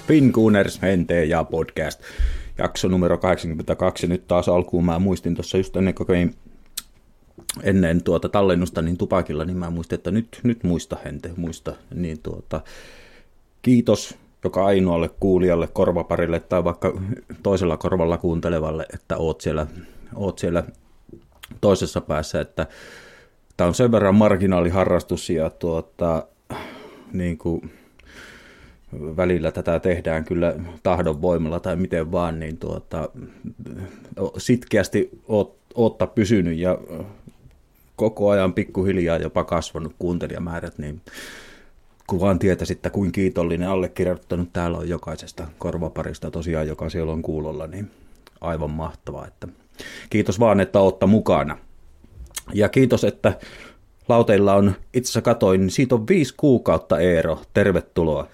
Finkuuners, Hente ja podcast. Jakso numero 82. Nyt taas alkuun mä muistin tuossa just ennen tallennusta niin tupakilla, niin mä muistin, että nyt muista Hente, muista. Niin kiitos joka ainoalle kuulijalle, korvaparille tai vaikka toisella korvalla kuuntelevalle, että oot siellä toisessa päässä, että tämä on sen verran marginaaliharrastus ja niin kuin välillä tätä tehdään kyllä tahdon voimalla tai miten vaan, niin sitkeästi ootta pysynyt ja koko ajan pikkuhiljaa jopa kasvanut kuuntelijamäärät, niin kun vaan tietäisitte, kuin kiitollinen allekirjoittanut täällä on jokaisesta korvaparista tosiaan, joka siellä on kuulolla, niin aivan mahtavaa. Että kiitos vaan, että ootte mukana. Ja kiitos, että lauteilla on, itse asiassa katoin, siitä on 5 kuukautta Eero, tervetuloa.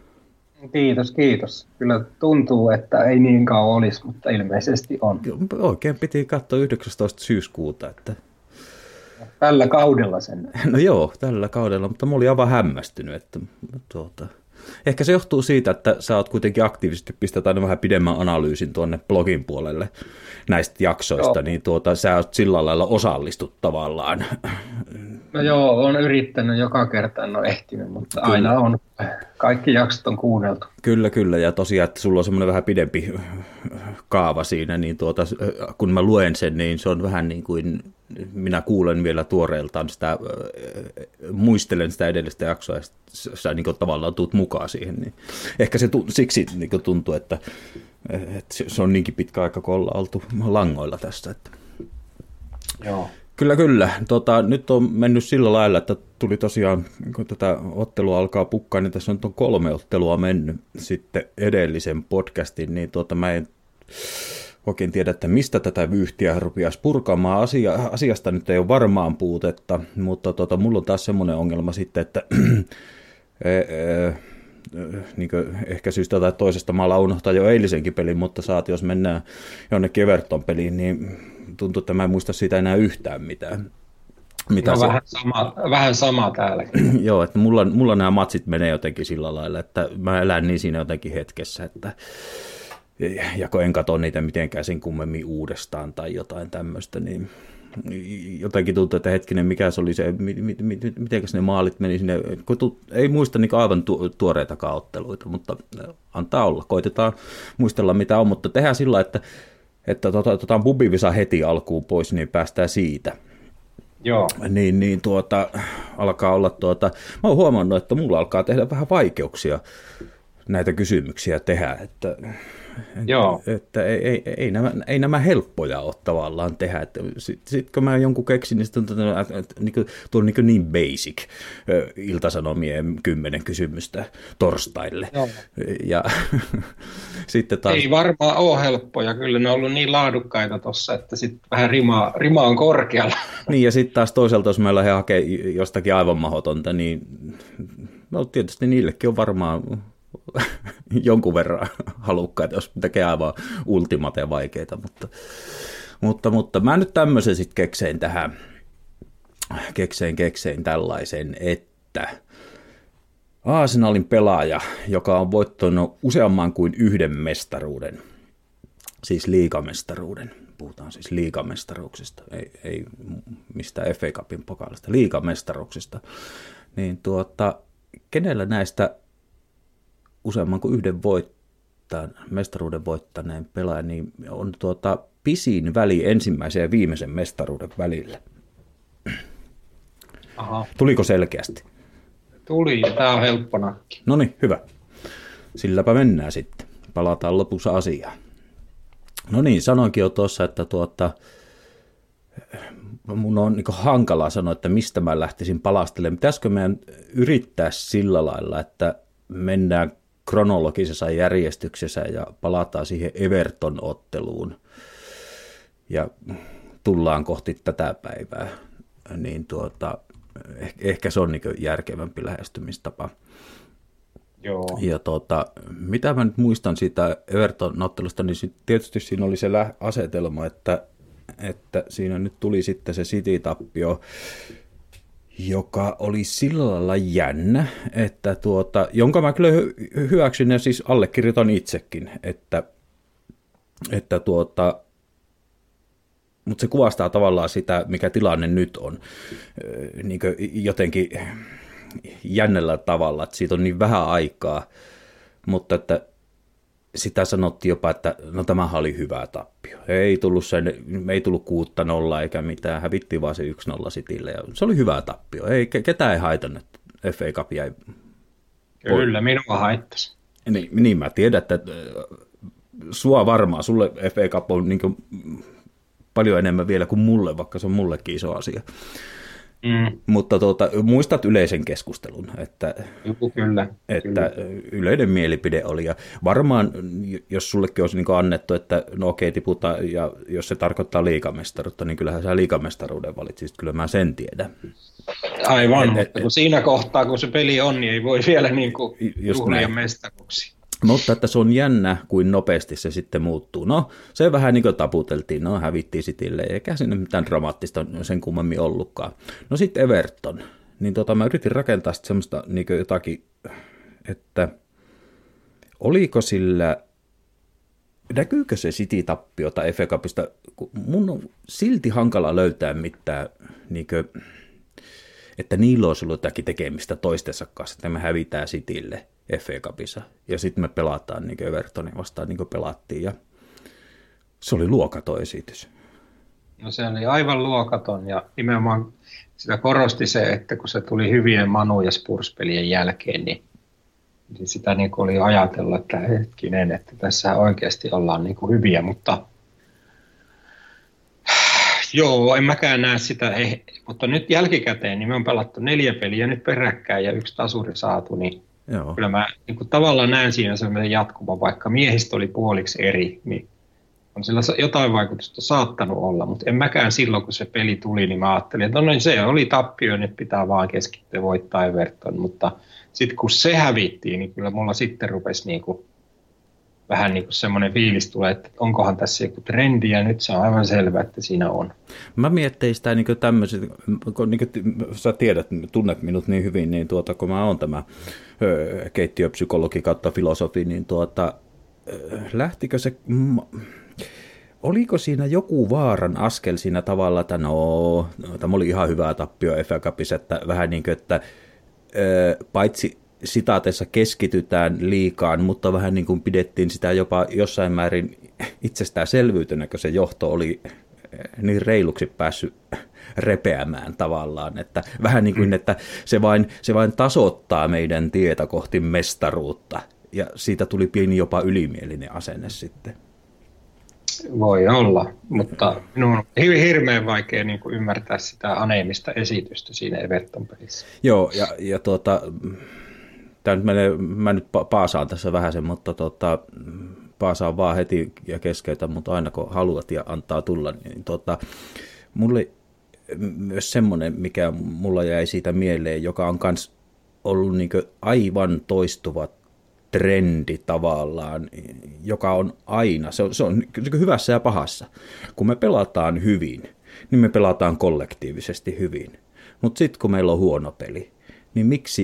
Kiitos. Kyllä tuntuu, että ei niin kauan olisi, mutta ilmeisesti on. Oikein piti katsoa 19. syyskuuta. Että tällä kaudella sen. No joo, tällä kaudella, mutta mä olin aivan hämmästynyt. Että, ehkä se johtuu siitä, että sä oot kuitenkin aktiivisesti pistät aina vähän pidemmän analyysin tuonne blogin puolelle näistä jaksoista, joo. Niin sä oot sillä lailla osallistut tavallaan. No joo, olen yrittänyt joka kerta, en ole ehtinyt, mutta kyllä. Aina on. Kaikki jaksot on kuunneltu. Kyllä, ja tosiaan, että sulla on semmoinen vähän pidempi kaava siinä, niin kun mä luen sen, niin se on vähän niin kuin, minä kuulen vielä tuoreeltaan sitä, muistelen sitä edellistä jaksoa, ja sä niin kuin tavallaan tuut mukaan siihen, niin ehkä se siksi niin kuin tuntuu, että se on niinkin pitkä aika, kun ollaan oltu langoilla tässä. Että. Joo. Kyllä. Nyt on mennyt sillä lailla, että tuli tosiaan, kun tätä ottelua alkaa pukkaa, niin tässä on 3 ottelua mennyt sitten edellisen podcastin, niin mä en oikein tiedä, että mistä tätä vyyhtiä rupiaisi purkamaan. Asiasta nyt ei ole varmaan puutetta, mutta mulla on taas semmoinen ongelma sitten, että niin ehkä syystä tai toisesta mä alan unohtaa jo eilisenkin pelin, mutta jos mennään jonnekin Everton peliin, niin tuntuu, että mä en muista siitä enää yhtään mitään. Vähän sama täälläkin. Joo, että mulla nämä matsit menee jotenkin sillä lailla, että mä elän niin siinä jotenkin hetkessä, että ja kun en katso niitä mitenkään sen kummemmin uudestaan tai jotain tämmöistä, niin jotenkin tuntuu, että hetkinen, mikä se oli se, mitenkäs ne maalit meni sinne, ei muista niin aivan tuoreitakaan otteluita, mutta antaa olla, koitetaan muistella mitä on, mutta tehdään sillä, että otetaan Bubivisa heti alkuun pois, niin päästään siitä. Joo. Niin alkaa olla, mä oon huomannut, että mulla alkaa tehdä vähän vaikeuksia näitä kysymyksiä tehdä, että ei nämä helppoja ole tavallaan tehdä. Sitten kun mä jonkun keksin, niin se tuntuu, että tuo on niin basic Ilta-Sanomien 10 kysymystä torstaille. Joo. Ja sitten taas ei varmaan ole helppoja, kyllä ne on ollut niin laadukkaita tuossa, että sitten vähän rima on korkealla. Niin, ja sitten taas toisaalta, jos me lähdemme hakemaan jostakin aivan mahdotonta, niin no tietysti niillekin on varmaan jonkun verran halukkaita, jos tekee aivan ultimate vaikeita, mutta mä nyt tämmöisen sitten keksein tällaisen, että Arsenalin pelaaja, joka on voittanut useamman kuin 1 mestaruuden, siis liigamestaruuden, puhutaan siis liigamestaruuksista, ei mistään FA Cupin pokaalista, liigamestaruuksista, niin kenellä näistä useamman kuin 1 mestaruuden voittaneen pelaaja, niin on pisin väli ensimmäisen ja viimeisen mestaruuden välillä. Aha. Tuliko selkeästi? Tuli, ja tämä on helppo nakki. No niin, hyvä. Silläpä mennään sitten. Palataan lopussa asiaan. No niin, sanoinkin jo tuossa, että mun on niin hankala sanoa, että mistä mä lähtisin palastelemaan. Pitäisikö meidän yrittää sillä lailla, että mennään kronologisessa järjestyksessä ja palataan siihen Everton-otteluun ja tullaan kohti tätä päivää, niin ehkä se on niin järkevämpi lähestymistapa. Joo. Ja mitä mä nyt muistan siitä Everton-ottelusta, niin tietysti siinä oli se asetelma, että siinä nyt tuli sitten se City-tappio, joka oli sillä lailla jännä, että jonka mä kyllä hyväksyn ja siis allekirjoitan itsekin, että mutta se kuvastaa tavallaan sitä, mikä tilanne nyt on, niin jotenkin jännällä tavalla, että siitä on niin vähän aikaa, mutta että sitä sanottiin jopa, että no tämähän oli hyvä tappio. Ei tullut 6-0 eikä mitään, hävittiin vaan se 1-0 Citylle ja se oli hyvä tappio. Ketään ei haitannut, FA Cup jäi. Kyllä, minua haittasi. Niin mä tiedän, että sua varmaan, sulle FA Cup on niin paljon enemmän vielä kuin mulle, vaikka se on mullekin iso asia. Mutta muistat yleisen keskustelun, että yleinen mielipide oli, ja varmaan, jos sullekin olisi niin annettu, että no okei, tiputaan, ja jos se tarkoittaa liigamestaruutta, niin kyllähän sä liigamestaruuden valitsisit, kyllä mä sen tiedän. Aivan, mutta kun siinä kohtaa, kun se peli on, niin ei voi vielä niin kuin juhlia mestaruksi. Mutta että se on jännä, kuin nopeasti se sitten muuttuu. No, se vähän niin kuin taputeltiin, no hävittiin Citylle, eikä sinne mitään dramaattista sen kummemmin ollutkaan. No sitten Everton, niin mä yritin rakentaa sitten semmoista niin jotakin, että oliko sillä, näkyykö se City-tappiota FA Cupista, kun mun on silti hankala löytää mitään, niin kuin, että niillä olisi ollut jotakin tekemistä toistensa kanssa, että me hävitään Citylle FA Cupissa, ja sitten me pelataan niin kuin Evertonin vastaan, niin kuin pelattiin, ja se oli luokaton esitys. No se oli aivan luokaton, ja nimenomaan sitä korosti se, että kun se tuli hyvien Manu- ja Spurs-pelien jälkeen, niin sitä niin kuin oli ajatellut, että hetkinen, että tässä oikeasti ollaan niin kuin hyviä, mutta joo, en mäkään näe sitä, mutta nyt jälkikäteen niin me on pelattu 4 peliä nyt peräkkäin ja 1 tasuri saatu, niin joo. Kyllä mä niin kuin tavallaan näen siinä sellainen jatkuva, vaikka miehistö oli puoliksi eri, niin on sillä jotain vaikutusta saattanut olla, mutta en mäkään silloin, kun se peli tuli, niin mä ajattelin, että no se oli tappio, nyt pitää vaan keskittyä voittaa Everton, mutta sitten kun se hävittiin, niin kyllä mulla sitten rupesi niin kuin vähän niin kuin semmoinen fiilis tulee, että onkohan tässä joku trendi, ja nyt se on aivan selvä, että siinä on. Mä miettein sitä niin tämmöiset, kun niin sä tiedät, tunnet minut niin hyvin, niin kun mä oon tämä keittiöpsykologi kautta filosofi, niin lähtikö se, oliko siinä joku vaaran askel siinä tavalla, että no, tämä oli ihan hyvä tappio FA Cupissa, että vähän niin kuin, että paitsi sitaateissa keskitytään liikaan, mutta vähän niin kuin pidettiin sitä jopa jossain määrin itsestäänselvyytenä, kun se johto oli niin reiluksi päässyt repeämään tavallaan, että vähän niin kuin, että se vain tasoittaa meidän tietä kohti mestaruutta, ja siitä tuli pieni jopa ylimielinen asenne sitten. Voi olla, mutta minun on hirveän vaikea niin kuin ymmärtää sitä aneemista esitystä siinä Everton-pelissä. Joo, ja tämä nyt mä nyt paasaan tässä vähäsen, mutta paasaan vaan heti ja keskeytän, mutta aina kun haluat ja antaa tulla, niin mulle myös semmoinen, mikä mulla jäi siitä mieleen, joka on myös ollut niin kuin aivan toistuva trendi tavallaan, joka on aina, se on hyvässä ja pahassa. Kun me pelataan hyvin, niin me pelataan kollektiivisesti hyvin. Mutta sitten kun meillä on huono peli, niin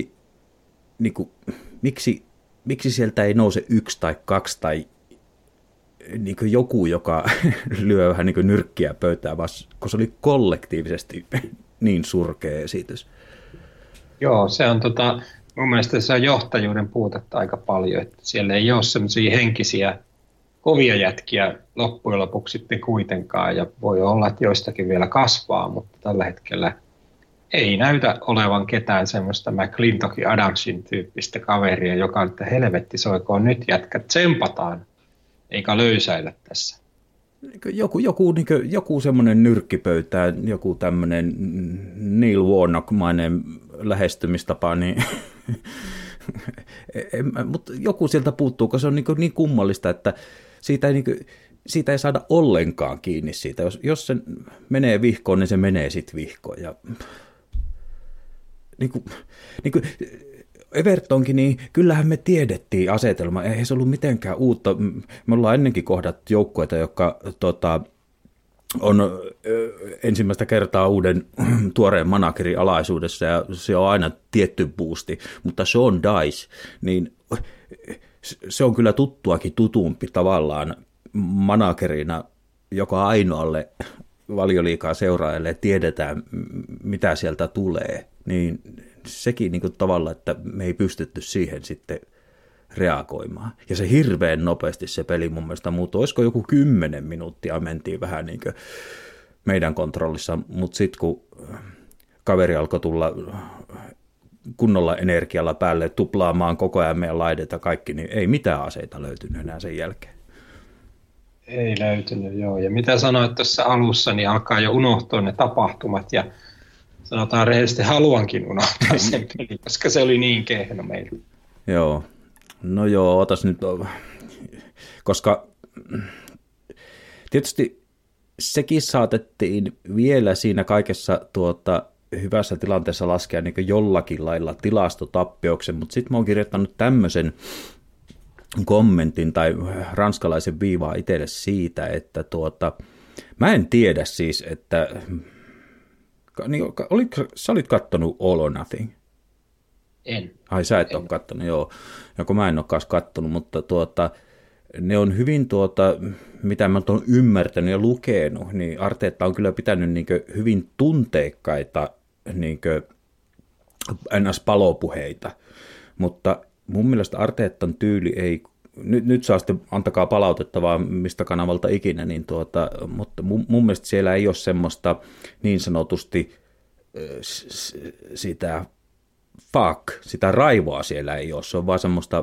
miksi sieltä ei nouse 1 tai 2 tai niin kuin joku, joka lyö vähän niin kuin nyrkkiä pöytään, vaan kun se oli kollektiivisesti niin surkea esitys. Joo, se on mun mielestä se on johtajuuden puutetta aika paljon, että siellä ei ole semmoisia henkisiä kovia jätkiä loppujen lopuksi sitten kuitenkaan, ja voi olla, että joistakin vielä kasvaa, mutta tällä hetkellä ei näytä olevan ketään semmoista McClintock Adamsin tyyppistä kaveria, joka on, että helvetti soikoon nyt jätkät, tsempataan, eikä löysäillä tässä. Joku semmoinen nyrkkipöytään, joku tämmöinen Neil Warnock-mainen lähestymistapa, niin mutta joku sieltä puuttuu, koska se on niin kummallista, että siitä ei saada ollenkaan kiinni siitä. Jos se menee vihkoon, niin se menee sitten vihkoon. Ja Evertonkin, niin kyllähän me tiedettiin asetelma, ei se ollut mitenkään uutta. Me ollaan ennenkin kohdattu joukkueita, jotka on ensimmäistä kertaa uuden tuoreen managerin alaisuudessa ja se on aina tietty boosti, mutta Sean Dice, niin se on kyllä tuttuakin tutumpi tavallaan managerina, joka ainoalle Valioliigaa seuraajalle tiedetään, mitä sieltä tulee, niin sekin niin kuin tavallaan, että me ei pystytty siihen sitten reagoimaan. Ja se hirveän nopeasti se peli mun mielestä muuttui. Olisiko joku 10 minuuttia mentiin vähän niin kuin meidän kontrollissa, mutta sitten kun kaveri alkoi tulla kunnolla energialla päälle tuplaamaan koko ajan meidän laideta kaikki, niin ei mitään aseita löytynyt enää sen jälkeen. Ei löytynyt, joo. Ja mitä sanoit tuossa alussa, niin alkaa jo unohtua ne tapahtumat ja sanotaan rehellisesti haluankin unohtaa sen pelin, koska se oli niin kehno meillä. Joo. No joo, otas nyt, koska tietysti sekin saatettiin vielä siinä kaikessa hyvässä tilanteessa laskea niin jollakin lailla tilastotappioksen, mutta sitten mä oon kirjoittanut tämmöisen kommentin tai ranskalaisen viivaa itselle siitä, että mä en tiedä siis, että sä olit kattonut All or Nothing? En. Ai sä et ole kattonut, joo. Ja kun mä en ole kanssa kattonut, mutta ne on hyvin mitä mä oon ymmärtänyt ja lukenut, niin Arteetta on kyllä pitänyt hyvin tunteikkaita NS-palopuheita, mutta mun mielestä Arteetan tyyli ei, nyt saa sitten antakaa palautetta vaan mistä kanavalta ikinä, niin mutta mun mielestä siellä ei ole semmoista niin sanotusti sitä raivoa siellä ei ole, se on vaan semmoista,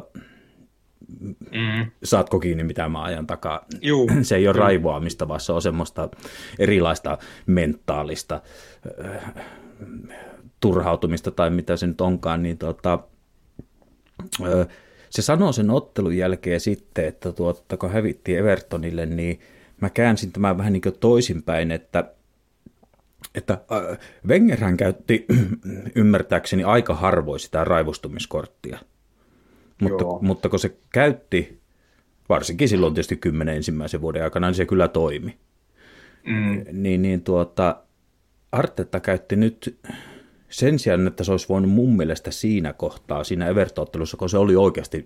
saatko kiinni mitä mä ajan takaa, se ei ole raivoamista, vaan se on semmoista erilaista mentaalista turhautumista tai mitä se nyt onkaan, niin se sanoo sen ottelun jälkeen sitten, että kun hävittiin Evertonille, niin mä käänsin tämän vähän niin kuin toisinpäin, että Wengerhän käytti ymmärtääkseni aika harvoin sitä raivostumiskorttia, mutta kun se käytti, varsinkin silloin tietysti 10 ensimmäisen vuoden aikana, niin se kyllä toimi. Arteta käytti nyt sen sijaan, että se olisi voinut mun mielestä siinä kohtaa, siinä Everton-ottelussa, kun se oli oikeasti,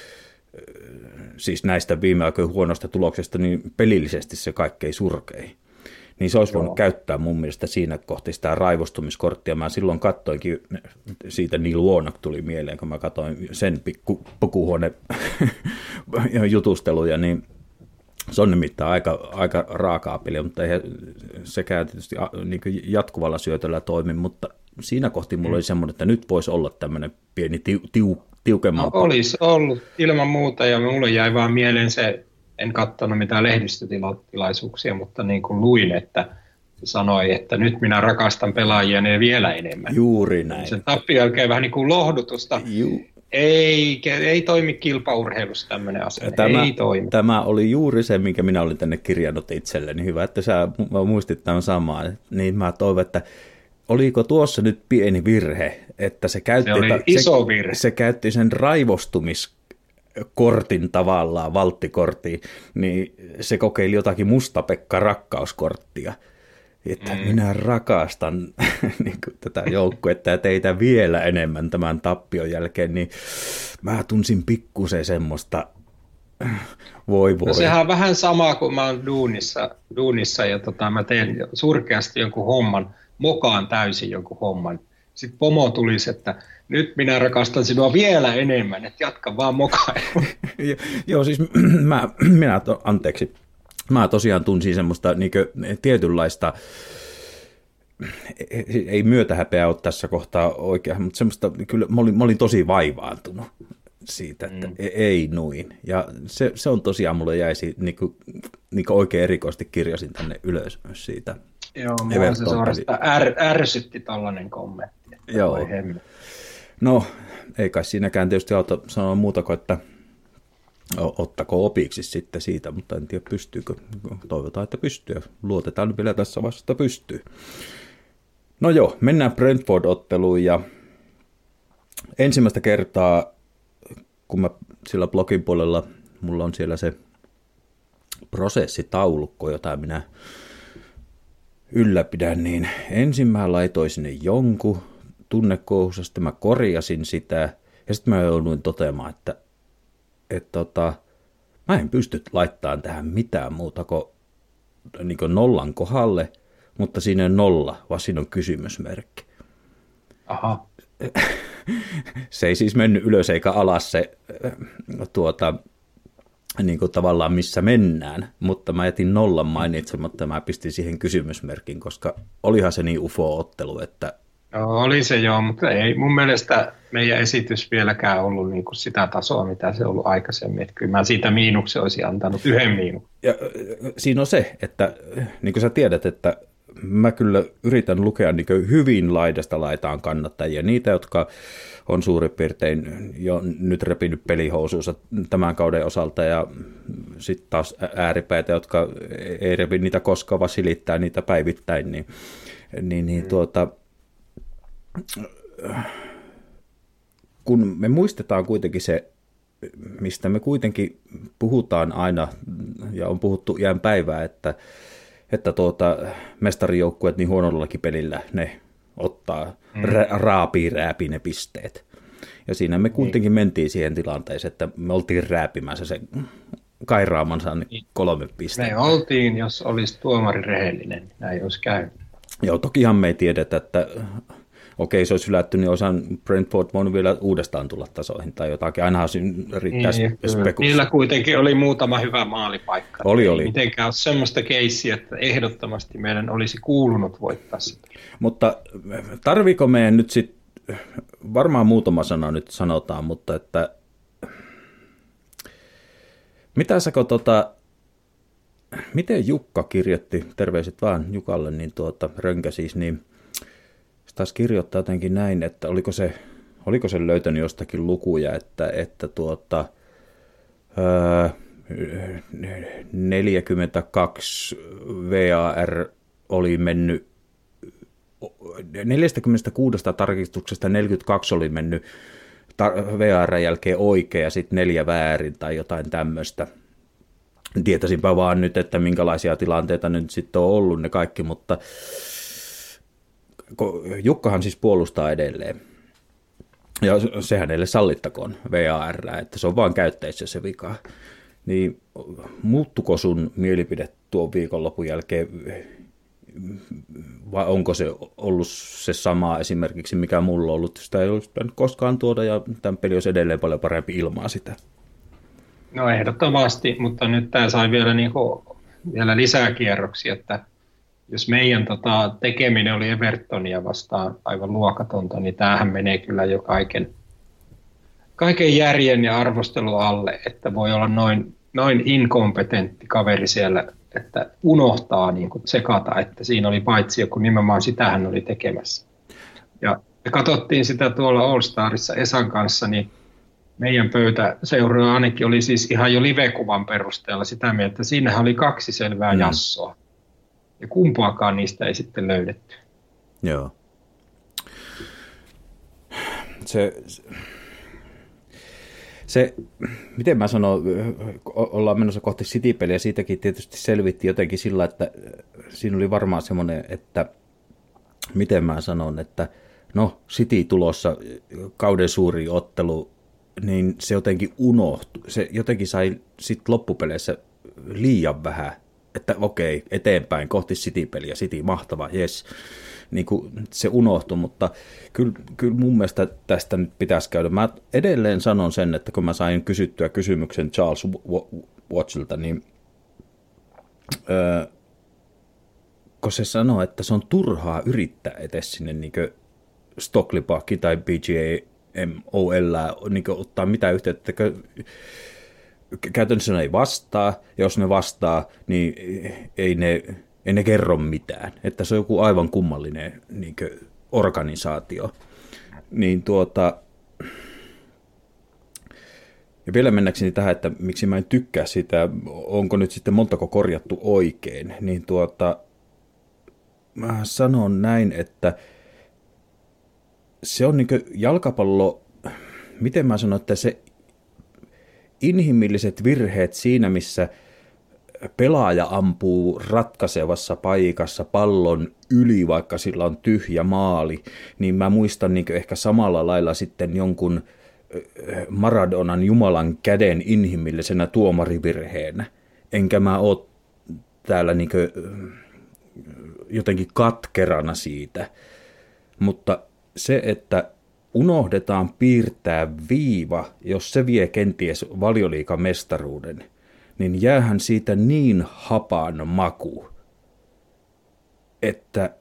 siis näistä viime aikojen huonoista tuloksista, niin pelillisesti se kaikkein surkein. Niin se olisi voinut käyttää mun mielestä siinä kohtaa sitä raivostumiskorttia. Mä silloin katsoinkin, siitä Neil Warnock tuli mieleen, kun mä katsoin sen pukuhuone jutusteluja, niin se on nimittäin aika raakaa peliä, mutta eihän sekään tietysti niin jatkuvalla syötöllä toimi, mutta siinä kohti mulla oli semmoinen, että nyt voisi olla tämmöinen pieni tiukemman. No, olisi ollut ilman muuta, ja mulle jäi vaan mieleen se, en katsonut mitään lehdistötilaisuuksia, mutta niin kuin luin, että se sanoi, että nyt minä rakastan pelaajia ne vielä enemmän. Juuri näin. Sen tappion jälkeen vähän niin kuin lohdutusta. Ei toimi kilpaurheilussa tämmöinen asia. Ei toimi. Tämä oli juuri se, minkä minä olin tänne kirjannut itselleni. Hyvä, että sä muistit tämän samaan. Niin mä toivon, että oliko tuossa nyt pieni virhe, että se käytti, iso virhe. Se käytti sen raivostumiskortin tavallaan, valttikorttiin, niin se kokeili jotakin Musta-Pekka rakkauskorttia. Että minä rakastan niin kuin tätä joukkuetta ja teitä vielä enemmän tämän tappion jälkeen, niin mä tunsin pikkusen semmoista, voi. No sehän on vähän sama kuin mä oon duunissa ja mä teen surkeasti jonkun homman, mokaan täysin jonkun homman. Sitten pomo tulisi, että nyt minä rakastan sinua vielä enemmän, että jatka vaan mokailua. Joo, siis anteeksi. Mä tosiaan tunsin semmoista niin tietynlaista, ei myötähäpeä ole tässä kohtaa oikein, mutta semmoista, kyllä mä olin tosi vaivaantunut siitä, että ei noin. Ja se on tosiaan, mulle jäisi niin kuin oikein erikoisesti kirjasin tänne ylös myös siitä. Joo, mua se suorastaan ärsytti tollainen kommentti. Joo. No, ei kai siinäkään tietysti auta sanoa muuta kuin, että ottako opiksi sitten siitä, mutta en tiedä pystyykö. Toivotaan, että pystyy. Luotetaan vielä tässä vaiheessa, että pystyy. No joo, mennään Brentford-otteluun ja ensimmäistä kertaa, kun mä sillä blogin puolella, mulla on siellä se prosessitaulukko, jota minä ylläpidän, niin ensin mä laitoin sinne jonkun tunnekouhussa, sitten mä korjasin sitä, ja sitten mä jouduin toteamaan, että mä en pysty laittamaan tähän mitään muuta kuin nollan kohdalle, mutta siinä ei ole nolla, vaan siinä on kysymysmerkki. Aha. Se ei siis mennyt ylös eikä alas se niin kuin tavallaan missä mennään, mutta mä jätin nollan mainitsematta, mä pistin siihen kysymysmerkin, koska olihan se niin ufo-ottelu, että... Joo, oli se joo, mutta ei mun mielestä meidän esitys vieläkään ollut niin kuin sitä tasoa, mitä se on ollut aikaisemmin, että kyllä mä siitä miinuksen olisin antanut 1 miinuksen. Ja siinä on se, että niin kuin sä tiedät, että mä kyllä yritän lukea niin kuin hyvin laidasta laitaan kannattajia, niitä, jotka on suurin piirtein jo nyt repinyt pelihousuunsa tämän kauden osalta, ja sitten taas ääripäitä, jotka ei repi niitä koskaan, vaan silittää niitä päivittäin, kun me muistetaan kuitenkin se, mistä me kuitenkin puhutaan aina, ja on puhuttu iän päivää, että mestarijoukkueet niin huonollakin pelillä ne ottaa rääpii ne pisteet. Ja siinä me kuitenkin mentiin siihen tilanteeseen, että me oltiin rääpimässä se kairaamansa 3 pistettä. Me oltiin, jos olisi tuomari rehellinen, näin olisi käynyt. Joo, tokihan me ei tiedetä, että okei, se olisi hylätty, niin osan Brentford voinut vielä uudestaan tulla tasoihin tai jotakin. Ainahan siinä riittää spekussa. Niillä kuitenkin oli muutama hyvä maalipaikka. Oli. Mitenkään ole semmoista keissiä, että ehdottomasti meidän olisi kuulunut voittaa sitä. Mutta tarviiko meidän nyt sitten, varmaan muutama sana nyt sanotaan, mutta että miten Jukka kirjoitti, terveiset vaan Jukalle, niin Rönkä siis, niin se taisi kirjoittaa jotenkin näin, että oliko se löytänyt jostakin lukuja, että 42 VAR oli mennyt, 46 tarkistuksesta 42 oli mennyt VAR jälkeen oikein ja sitten 4 väärin tai jotain tämmöistä. Tietäisinpä vaan nyt, että minkälaisia tilanteita nyt sitten on ollut ne kaikki, mutta Jukkahan siis puolustaa edelleen. Ja se hänelle sallittakoon VAR, että se on vaan käyttäjissä se vika. Niin muuttuko sun mielipide tuon viikonlopun jälkeen, vai onko se ollut se sama esimerkiksi, mikä mulla on ollut? Sitä ei olisi pitänyt koskaan tuoda, ja tämän peli olisi edelleen paljon parempi ilmaa sitä. No ehdottomasti, mutta nyt tämä sai vielä, vielä lisää kierroksia, että jos meidän tekeminen oli Evertonia vastaan aivan luokatonta, niin tämähän menee kyllä jo kaiken järjen ja arvostelun alle, että voi olla noin inkompetentti kaveri siellä, että unohtaa sekata, että siinä oli paitsi kun nimenomaan sitä hän oli tekemässä. Ja me katsottiin sitä tuolla All Starissa Esan kanssa, niin meidän pöytäseura ainakin oli siis ihan jo live-kuvan perusteella sitä mieltä, että siinähän oli 2 selvää jassoa. Ja kumpaakaan niistä ei sitten löydetty. Joo. Se, miten mä sanon, ollaan menossa kohti City-peliä, siitäkin tietysti selvitti jotenkin sillä, että siinä oli varmaan semmoinen, että miten mä sanon, että no City tulossa kauden suuri ottelu, niin se jotenkin unohtui. Se jotenkin sai sitten loppupeleissä liian vähän, että okei, eteenpäin kohti City-peliä, City mahtava, jes. Niin kuin se unohtui, mutta kyllä mun mielestä tästä nyt pitäisi käydä. Mä edelleen sanon sen, että kun mä sain kysyttyä kysymyksen Charles Watchilta, niin kun se sanoo, että se on turhaa yrittää edes sinne niin Stockley Parkin tai PGA MOL niin ottaa mitään yhteyttä, käytännössä ne ei vastaa, ja jos ne vastaa, niin ei ne kerro mitään, että se on joku aivan kummallinen niin organisaatio. Niin ja vielä mennäkseni tähän, että miksi mä en tykkää sitä, onko nyt sitten montako korjattu oikein, niin mä sanon näin, että se on niin jalkapallo, miten mä sanon, että se inhimilliset virheet siinä, missä pelaaja ampuu ratkaisevassa paikassa pallon yli, vaikka sillä on tyhjä maali, niin mä muistan niin ehkä samalla lailla sitten jonkun Maradonan Jumalan käden inhimillisenä tuomarivirheenä. Enkä mä ole täällä niin jotenkin katkerana siitä, mutta se, että unohdetaan piirtää viiva, jos se vie kenties Valioliigamestaruuden, niin jäähän siitä niin hapan maku, että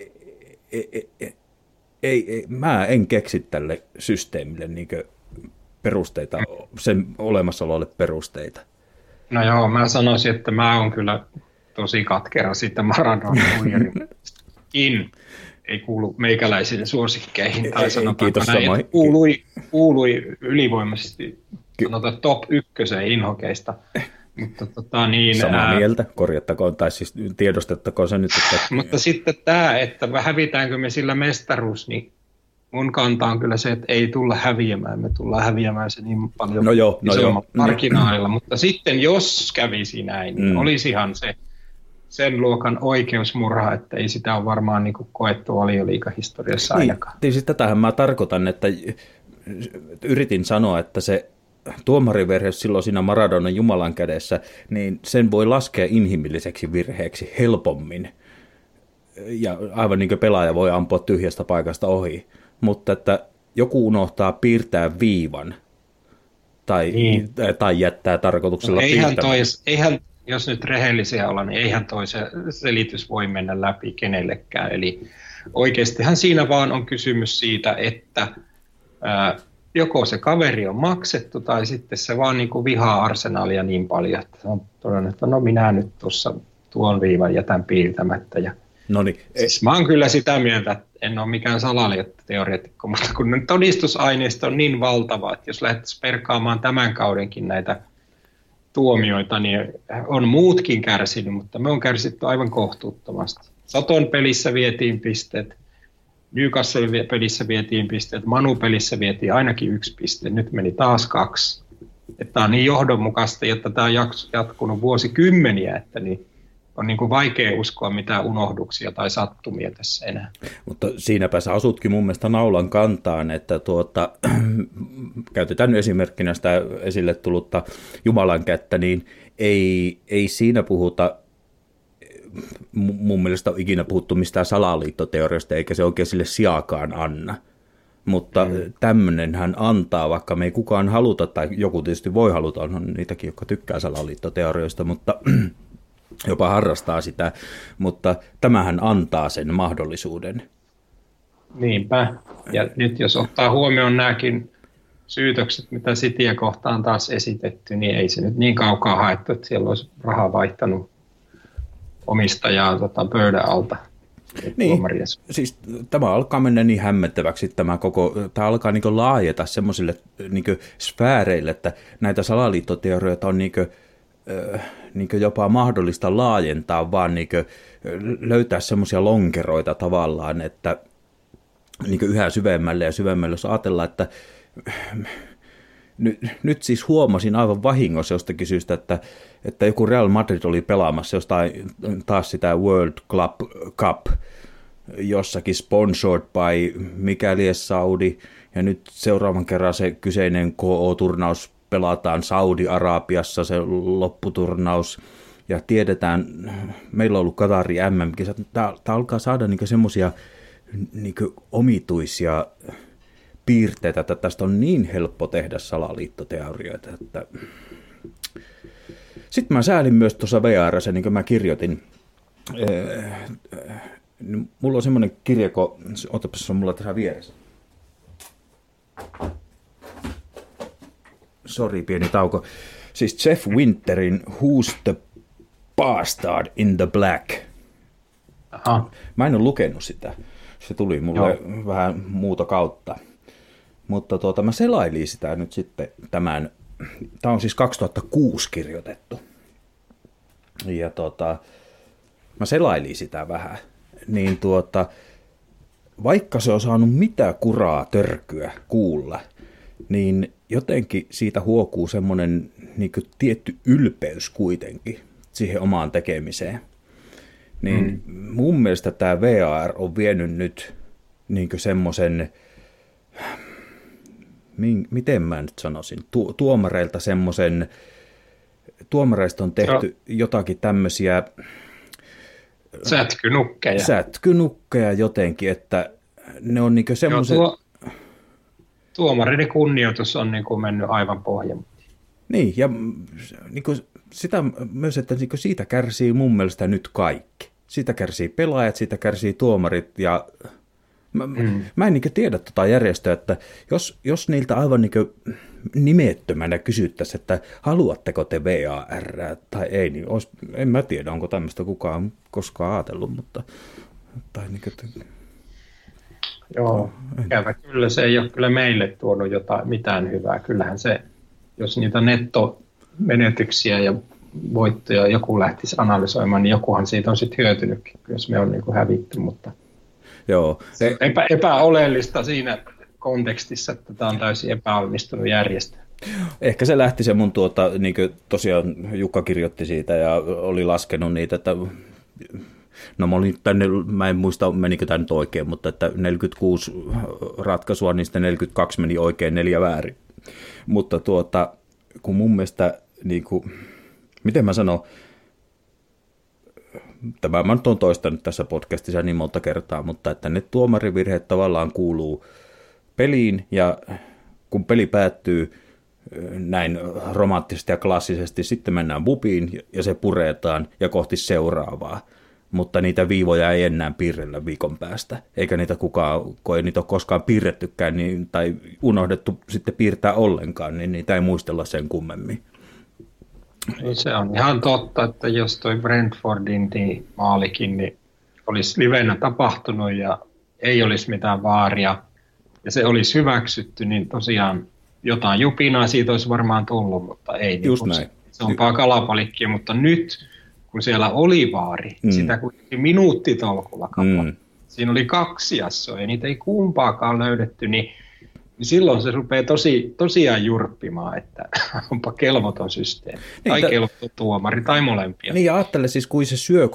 mä en keksi tälle systeemille niin perusteita, sen olemassaololle perusteita. No joo, mä sanoisin, että mä oon kyllä tosi katkera siitä Maradonan huijariin. Ei kuulu meikäläisiin suosikkeihin, tai sanotaanko näin, kuului ylivoimaisesti sanotaan top 1 inhokeista. Mutta samaa mieltä, korjattakoon, tai siis tiedostettakoon se nyt. Että mutta sitten tämä, että hävitäänkö me sillä mestaruus, niin mun kanta on kyllä se, että ei tulla häviämään. Me tullaan häviämään se niin paljon isommalla marginaalilla. Mutta sitten jos kävisi näin, niin olisihan se sen luokan oikeusmurha, että ei sitä ole varmaan niin kuin koettu Valioliigahistoriassa ainakaan. Niin, siis tätähän mä tarkoitan, että yritin sanoa, että se tuomarivirhe silloin siinä Maradonan Jumalan kädessä, niin sen voi laskea inhimilliseksi virheeksi helpommin. Ja aivan niin kuin pelaaja voi ampua tyhjästä paikasta ohi. Mutta että joku unohtaa piirtää viivan tai jättää tarkoituksella piirtämään. Eihän, jos nyt rehellisiä olla, niin eihän toi se selitys voi mennä läpi kenellekään. Eli oikeastihan siinä vaan on kysymys siitä, että joko se kaveri on maksettu tai sitten se vaan niin kuin vihaa Arsenalia niin paljon, että se on todennut, että no minä nyt tuossa tuon viivan jätän piirtämättä. Ja siis mä oon kyllä sitä mieltä, että en ole mikään salaliittoteoreetikko, mutta kun todistusaineisto on niin valtava, että jos lähdettäisiin perkaamaan tämän kaudenkin näitä tuomioita, niin on muutkin kärsinyt, mutta me on kärsitty aivan kohtuuttomasti. Soton pelissä vietiin pisteet, Newcastle-pelissä vietiin pisteet, Manu-pelissä vietiin ainakin 1 piste, nyt meni taas 2. Tämä on niin johdonmukaista, että tämä on jatkunut vuosikymmeniä, että niin on niin kuin vaikea uskoa mitään unohduksia tai sattumia tässä enää. Mutta siinäpä sä asutkin mun mielestä naulan kantaan, että käytetään esimerkkinä sitä esille tullutta Jumalan kättä, niin ei siinä puhuta, mun mielestä on ikinä puhuttu mistään salaliittoteoriasta, eikä se oikein sille sijaakaan anna. Mutta tämmöinen hän antaa, vaikka me ei kukaan haluta, tai joku tietysti voi haluta, on niitäkin, jotka tykkää salaliittoteorioista, mutta jopa harrastaa sitä, mutta tämähän antaa sen mahdollisuuden. Niinpä. Ja nyt jos ottaa huomioon nämäkin syytökset, mitä Cityä kohtaan taas esitetty, niin ei se nyt niin kaukaa haettu, että siellä olisi rahaa vaihtanut omistajaa pöydän alta. Niin, siis tämä alkaa mennä niin hämmentäväksi, tämä alkaa niin laajeta semmoisille niin sfääreille, että näitä salaliittoteorioita on niin jopa mahdollista laajentaa, vaan niin löytää semmoisia lonkeroita tavallaan, että niin yhä syvemmälle ja syvemmälle, jos ajatellaan, että nyt siis huomasin aivan vahingossa jostakin syystä, että joku Real Madrid oli pelaamassa jostain taas sitä World Club Cup jossakin sponsored by mikäli Saudi, ja nyt seuraavan kerran se kyseinen KO-turnaus pelataan Saudi-Arabiassa, se lopputurnaus, ja tiedetään, meillä on ollut Qatari MM-kisat, tämä alkaa saada niinku semmoisia niinku omituisia piirteitä, että tästä on niin helppo tehdä salaliittoteorioita, että sitten mä säälin myös tuossa VR:ssä, niin kuin mä kirjoitin, mulla on semmoinen kirja, otapas se on mulla tässä vieressä. Sori, pieni tauko. Siis Jeff Winterin Who's the Bastard in the Black. Aha. Mä en ole lukenut sitä. Se tuli mulle vähän muuta kautta. Mutta mä selailin sitä nyt sitten tämä on siis 2006 kirjoitettu. Ja mä selailin sitä vähän. Niin vaikka se on saanut mitä kuraa törkyä kuulla, niin jotenkin siitä huokuu semmoinen niin kuin tietty ylpeys kuitenkin. siihen omaan tekemiseen. Niin mun mielestä tämä VAR on vienyt nyt niin semmoisen, miten mä nyt sanoisin, tuomareilta semmoisen, tuomareista on tehty jotakin tämmöisiä sätkynukkeja jotenkin, että ne on niin semmoisen... Tuomareiden kunnioitus on niin kuin mennyt aivan pohjan. Niin, ja niin kuin sitä myös, että niin kuin siitä kärsii mun mielestä nyt kaikki. Siitä kärsii pelaajat, siitä kärsii tuomarit, ja mä en niin kuin tiedä tota järjestöä, että jos niiltä aivan niin kuin nimettömänä kysyttäisiin, että haluatteko te VAR tai ei, niin en mä tiedä, onko tämmöistä kukaan koskaan ajatellut, mutta... Tai niin kuin, joo, ikävä kyllä se ei ole kyllä meille tuonut mitään hyvää. Kyllähän se, jos niitä nettomenetyksiä ja voittoja joku lähtisi analysoimaan, niin jokuhan siitä on sitten hyötynytkin, jos me on niin kuin hävitty, mutta joo. Se epäoleellista siinä kontekstissa, että tämä on täysin epäonnistunut järjestö. Ehkä se lähti se mun niin kuin tosiaan Jukka kirjoitti siitä ja oli laskenut niitä, että no mä en muista menikö tämä nyt oikein, mutta että 46 ratkaisua, niin sitten 42 meni oikein, 4 väärin. Mutta kun mun mielestä, niin kuin, miten mä sanon, tämä mä nyt olen toistanut tässä podcastissa niin monta kertaa, mutta että ne tuomarivirheet tavallaan kuuluu peliin, ja kun peli päättyy näin romanttisesti ja klassisesti, sitten mennään bubiin ja se puretaan ja kohti seuraavaa. Mutta niitä viivoja ei enää piirrellä viikon päästä, eikä niitä kukaan, kun ei niitä ole koskaan piirrettykään niin, tai unohdettu sitten piirtää ollenkaan, niin niitä ei muistella sen kummemmin. Se on ihan totta, että jos toi Brentfordin maalikin niin olisi livenä tapahtunut ja ei olisi mitään vaaria ja se olisi hyväksytty, niin tosiaan jotain jupinaa siitä olisi varmaan tullut, mutta ei. Just niin näin. Se on kalapaliikkia, mutta nyt kun siellä oli vaari, sitä kuitenkin minuuttitolkulla kappale. Siinä oli 2 jassoa ja niitä ei kumpaakaan löydetty, niin silloin se rupeaa tosiaan jurppimaan, että onpa kelvoton systeemi. Niin, tai kelvoton tuomari, tai molempia. Niin ja ajattele siis, kuin se syö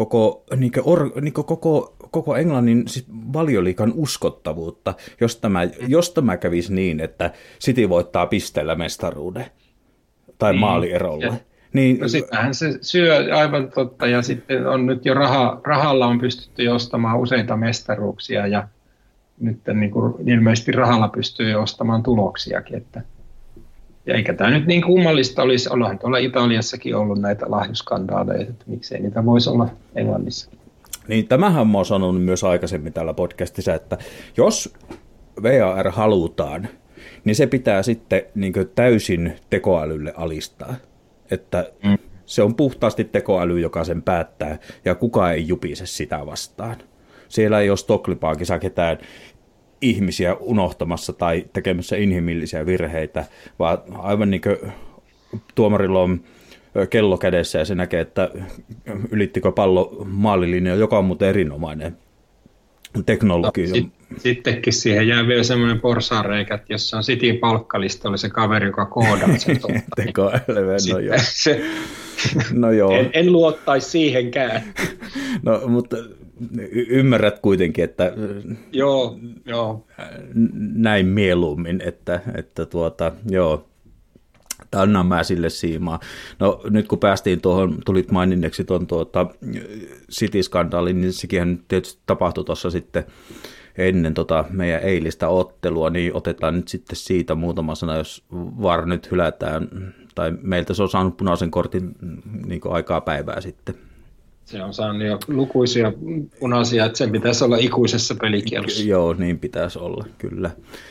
koko Englannin siis Valioliigan uskottavuutta, jos tämä kävisi niin, että City voittaa pisteellä mestaruuden tai maalierolla. Niin, no sittenhän se syö aivan totta, ja sitten on nyt jo rahalla on pystytty ostamaan useita mestaruuksia, ja nyt niin kuin ilmeisesti rahalla pystyy ostamaan tuloksiakin. Ja eikä tämä nyt niin kummallista olisi, onhan tuolla Italiassakin ollut näitä lahjuskandaaleja, että miksei niitä voisi olla Englannissakin. Niin tämähän mä oon sanonut myös aikaisemmin tällä podcastissa, että jos VAR halutaan, niin se pitää sitten niin kuin täysin tekoälylle alistaa. Että se on puhtaasti tekoäly, joka sen päättää, ja kukaan ei jupise sitä vastaan. Siellä ei ole Stockley-Parkissa ketään ihmisiä unohtamassa tai tekemässä inhimillisiä virheitä, vaan aivan niin kuin tuomarilla on kello kädessä ja se näkee, että ylittikö pallo maalilinja, joka on muuten erinomainen teknologia. Sittenkin siihen jää vielä semmoinen porsaanreikä, että jos se on Cityn palkkalista, oli se kaveri, joka koodaa sen totta. No joo. En luottaisi siihenkään. No, mutta ymmärrät kuitenkin, että joo. Näin mieluummin, että joo, annan mä sille siimaa. No nyt kun päästiin tuohon, tulit maininneeksi tuon City-skandaalin, niin sekin tietysti tapahtui tuossa sitten ennen meidän eilistä ottelua, niin otetaan nyt sitten siitä muutama sana, jos VAR nyt hylätään, tai meiltä se on saanut punaisen kortin niin kuin aikaa päivää sitten. Se on saanut jo lukuisia punaisia, että sen pitäisi olla ikuisessa pelikielossa. Joo, niin pitäisi olla, kyllä.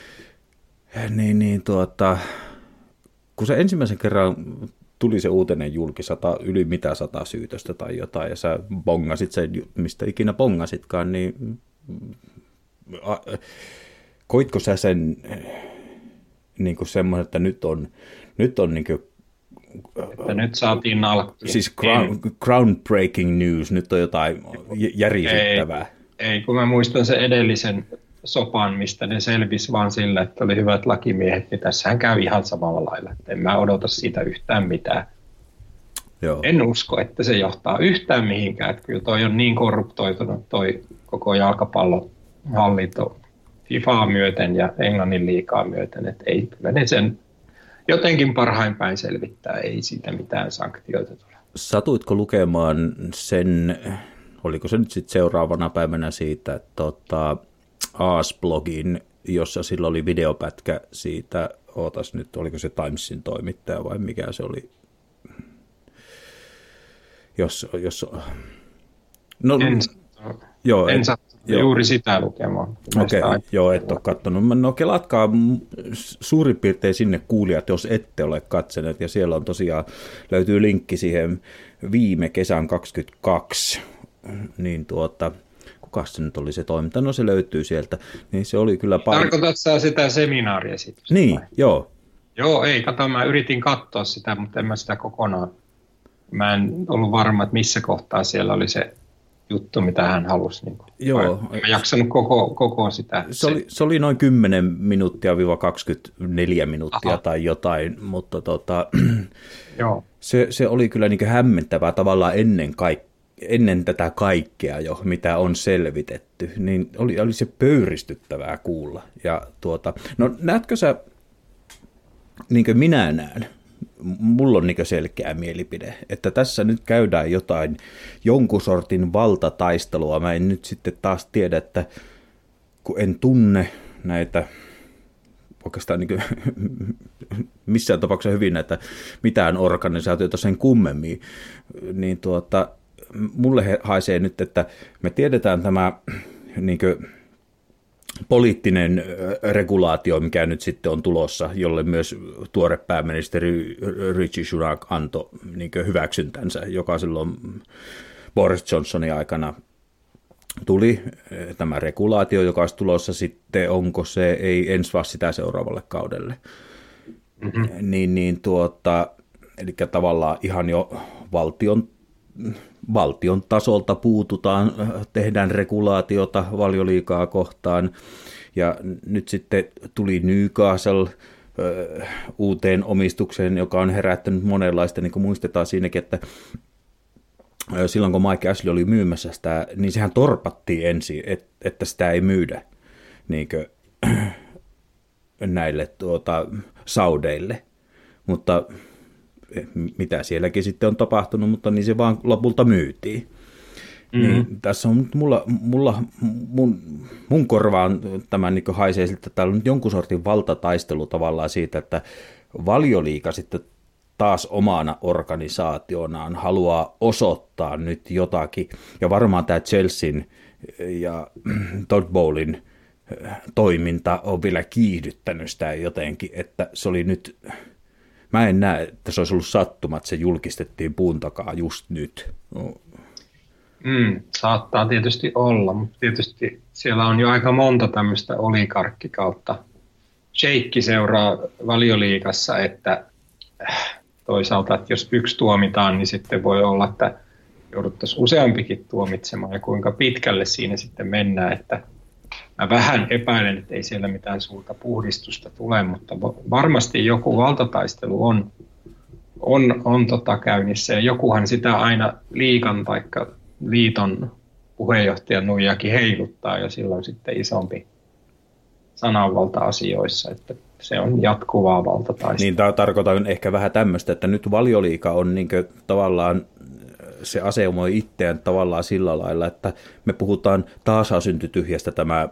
Kun se ensimmäisen kerran tuli se uutinen julki, yli 100 syytöstä tai jotain, ja sä bongasit sen, mistä ikinä bongasitkaan, niin koitko sä sen niin kuin semmoinen, että nyt on niin kuin, että nyt saatiin nalkkia. Siis groundbreaking news, nyt on jotain järisyttävää. Ei, kun mä muistan sen edellisen sopan, mistä ne selvisi vaan sillä, että oli hyvät lakimiehet, niin tässähän käy ihan samalla lailla. En mä odota siitä yhtään mitään. En usko, että se johtaa yhtään mihinkään. Että kyllä toi on niin korruptoitunut toi koko jalkapallohallinto FIFAa myöten ja Englannin liigaa myöten, että ei kyllä ne sen jotenkin parhain päin selvittää, ei siitä mitään sanktioita tule. Satuitko lukemaan sen, oliko se nyt sitten seuraavana päivänä siitä, että AS-blogin, jossa sillä oli videopätkä siitä, ootas nyt, oliko se Timesin toimittaja vai mikä se oli? En saa juuri sitä lukemaan. Okei, et ole katsonut. No kelatkaa suurin piirtein sinne kuulijat, jos ette ole katsoneet, ja siellä on tosiaan, löytyy linkki siihen viime kesän 22, niin kukas se nyt oli se toiminta? No se löytyy sieltä, niin se oli kyllä paljon. Tarkoitatko sä sitä seminaariesitystä? Niin, vai? Joo. Joo, ei, mä yritin katsoa sitä, mutta en mä sitä kokonaan. Mä en ollut varma, että missä kohtaa siellä oli se juttu, mitä hän halusi. Niin joo. En mä jaksanut koko sitä. Se oli noin 10 minuuttia 24 minuuttia tai jotain, mutta joo. Se oli kyllä niin hämmentävää tavallaan ennen tätä kaikkea jo, mitä on selvitetty, niin oli se pöyristyttävää kuulla. Ja no näetkö sä, niin kuin minä näen, mulla on niin selkeä mielipide, että tässä nyt käydään jonkun sortin valtataistelua. Mä en nyt sitten taas tiedä, että kun en tunne näitä oikeastaan niin missään tapauksessa hyvin näitä mitään organisaatioita sen kummemmin, niin mulle haisee nyt, että me tiedetään tämä niin poliittinen regulaatio, mikä nyt sitten on tulossa, jolle myös tuore pääministeri Rishi Sunak antoi niin hyväksyntänsä, joka silloin Boris Johnsonin aikana tuli tämä regulaatio, joka olisi tulossa sitten, onko se, ei ensi vaan sitä seuraavalle kaudelle. Eli tavallaan ihan jo valtion tasolta puututaan, tehdään regulaatiota Valioliigaa kohtaan, ja nyt sitten tuli Newcastle uuteen omistukseen, joka on herättänyt monenlaista, niin kuin muistetaan siinäkin, että silloin kun Mike Ashley oli myymässä sitä, niin sehän torpattiin ensin, että sitä ei myydä niin kuin näille saudeille, mutta mitä sielläkin sitten on tapahtunut, mutta niin se vaan lopulta myytiin. Niin tässä on mun korvaan tämän niin haisee siltä, että täällä on nyt jonkun sortin valtataistelu tavallaan siitä, että Valioliiga sitten taas omana organisaationaan haluaa osoittaa nyt jotakin, ja varmaan tämä Chelsean ja Todd Bowlin toiminta on vielä kiihdyttänyt sitä jotenkin, että se oli nyt, mä en näe, että se olisi ollut sattuma, että se julkistettiin puun takaa just nyt. No. Saattaa tietysti olla, mutta tietysti siellä on jo aika monta tämmöistä oligarkkikautta sheikkiseuraa Valioliigassa, että toisaalta, että jos yksi tuomitaan, niin sitten voi olla, että jouduttaisiin useampikin tuomitsemaan, ja kuinka pitkälle siinä sitten mennään, että mä vähän epäilen, että ei siellä mitään suurta puhdistusta tule, mutta varmasti joku valtataistelu on käynnissä, ja jokuhan sitä aina liigan tai liiton puheenjohtajan nuijakin heiluttaa, ja silloin sitten isompi sananvalta asioissa, että se on jatkuvaa valtataistelua. Niin, tarkoitan ehkä vähän tämmöistä, että nyt Valioliiga on niin kuin tavallaan, se asemoi itseään tavallaan sillä lailla, että me puhutaan taas syntytyhjästä tämä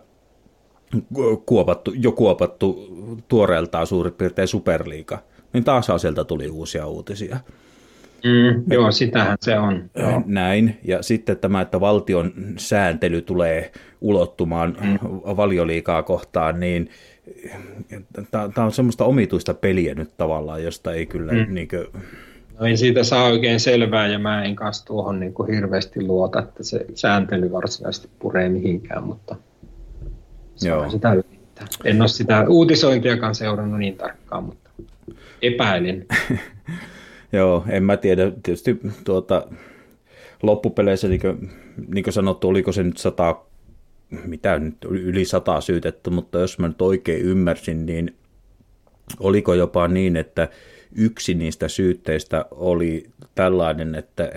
kuopattu tuoreeltaan suurin piirtein Superliiga, niin taas sieltä tuli uusia uutisia. Joo, sitähän se on. Joo. Näin, ja sitten tämä, että valtion sääntely tulee ulottumaan Valioliigaa kohtaan, niin tämä on semmoista omituista peliä nyt tavallaan, josta ei kyllä niinkö... No ei siitä saa oikein selvää, ja mä en kanssa tuohon niin kuin hirveästi luota, että se sääntely varsinaisesti puree mihinkään, mutta saa sitä yrittää. En ole sitä uutisointiakaan seurannut niin tarkkaan, mutta epäilin. Joo, en mä tiedä. Tietysti loppupeleissä, niin kuin sanottu, oliko se nyt yli 100 syytettä, mutta jos mä nyt oikein ymmärsin, niin oliko jopa niin, että yksi niistä syytteistä oli tällainen, että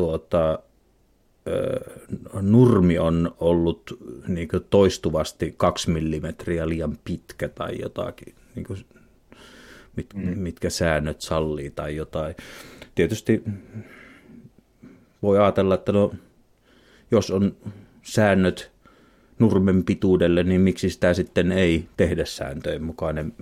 nurmi on ollut niin kuin toistuvasti 2 millimetriä liian pitkä tai jotakin, niin kuin, mitkä säännöt sallii tai jotain. Tietysti voi ajatella, että no, jos on säännöt nurmen pituudelle, niin miksi sitä sitten ei tehdä sääntöjen mukaan, en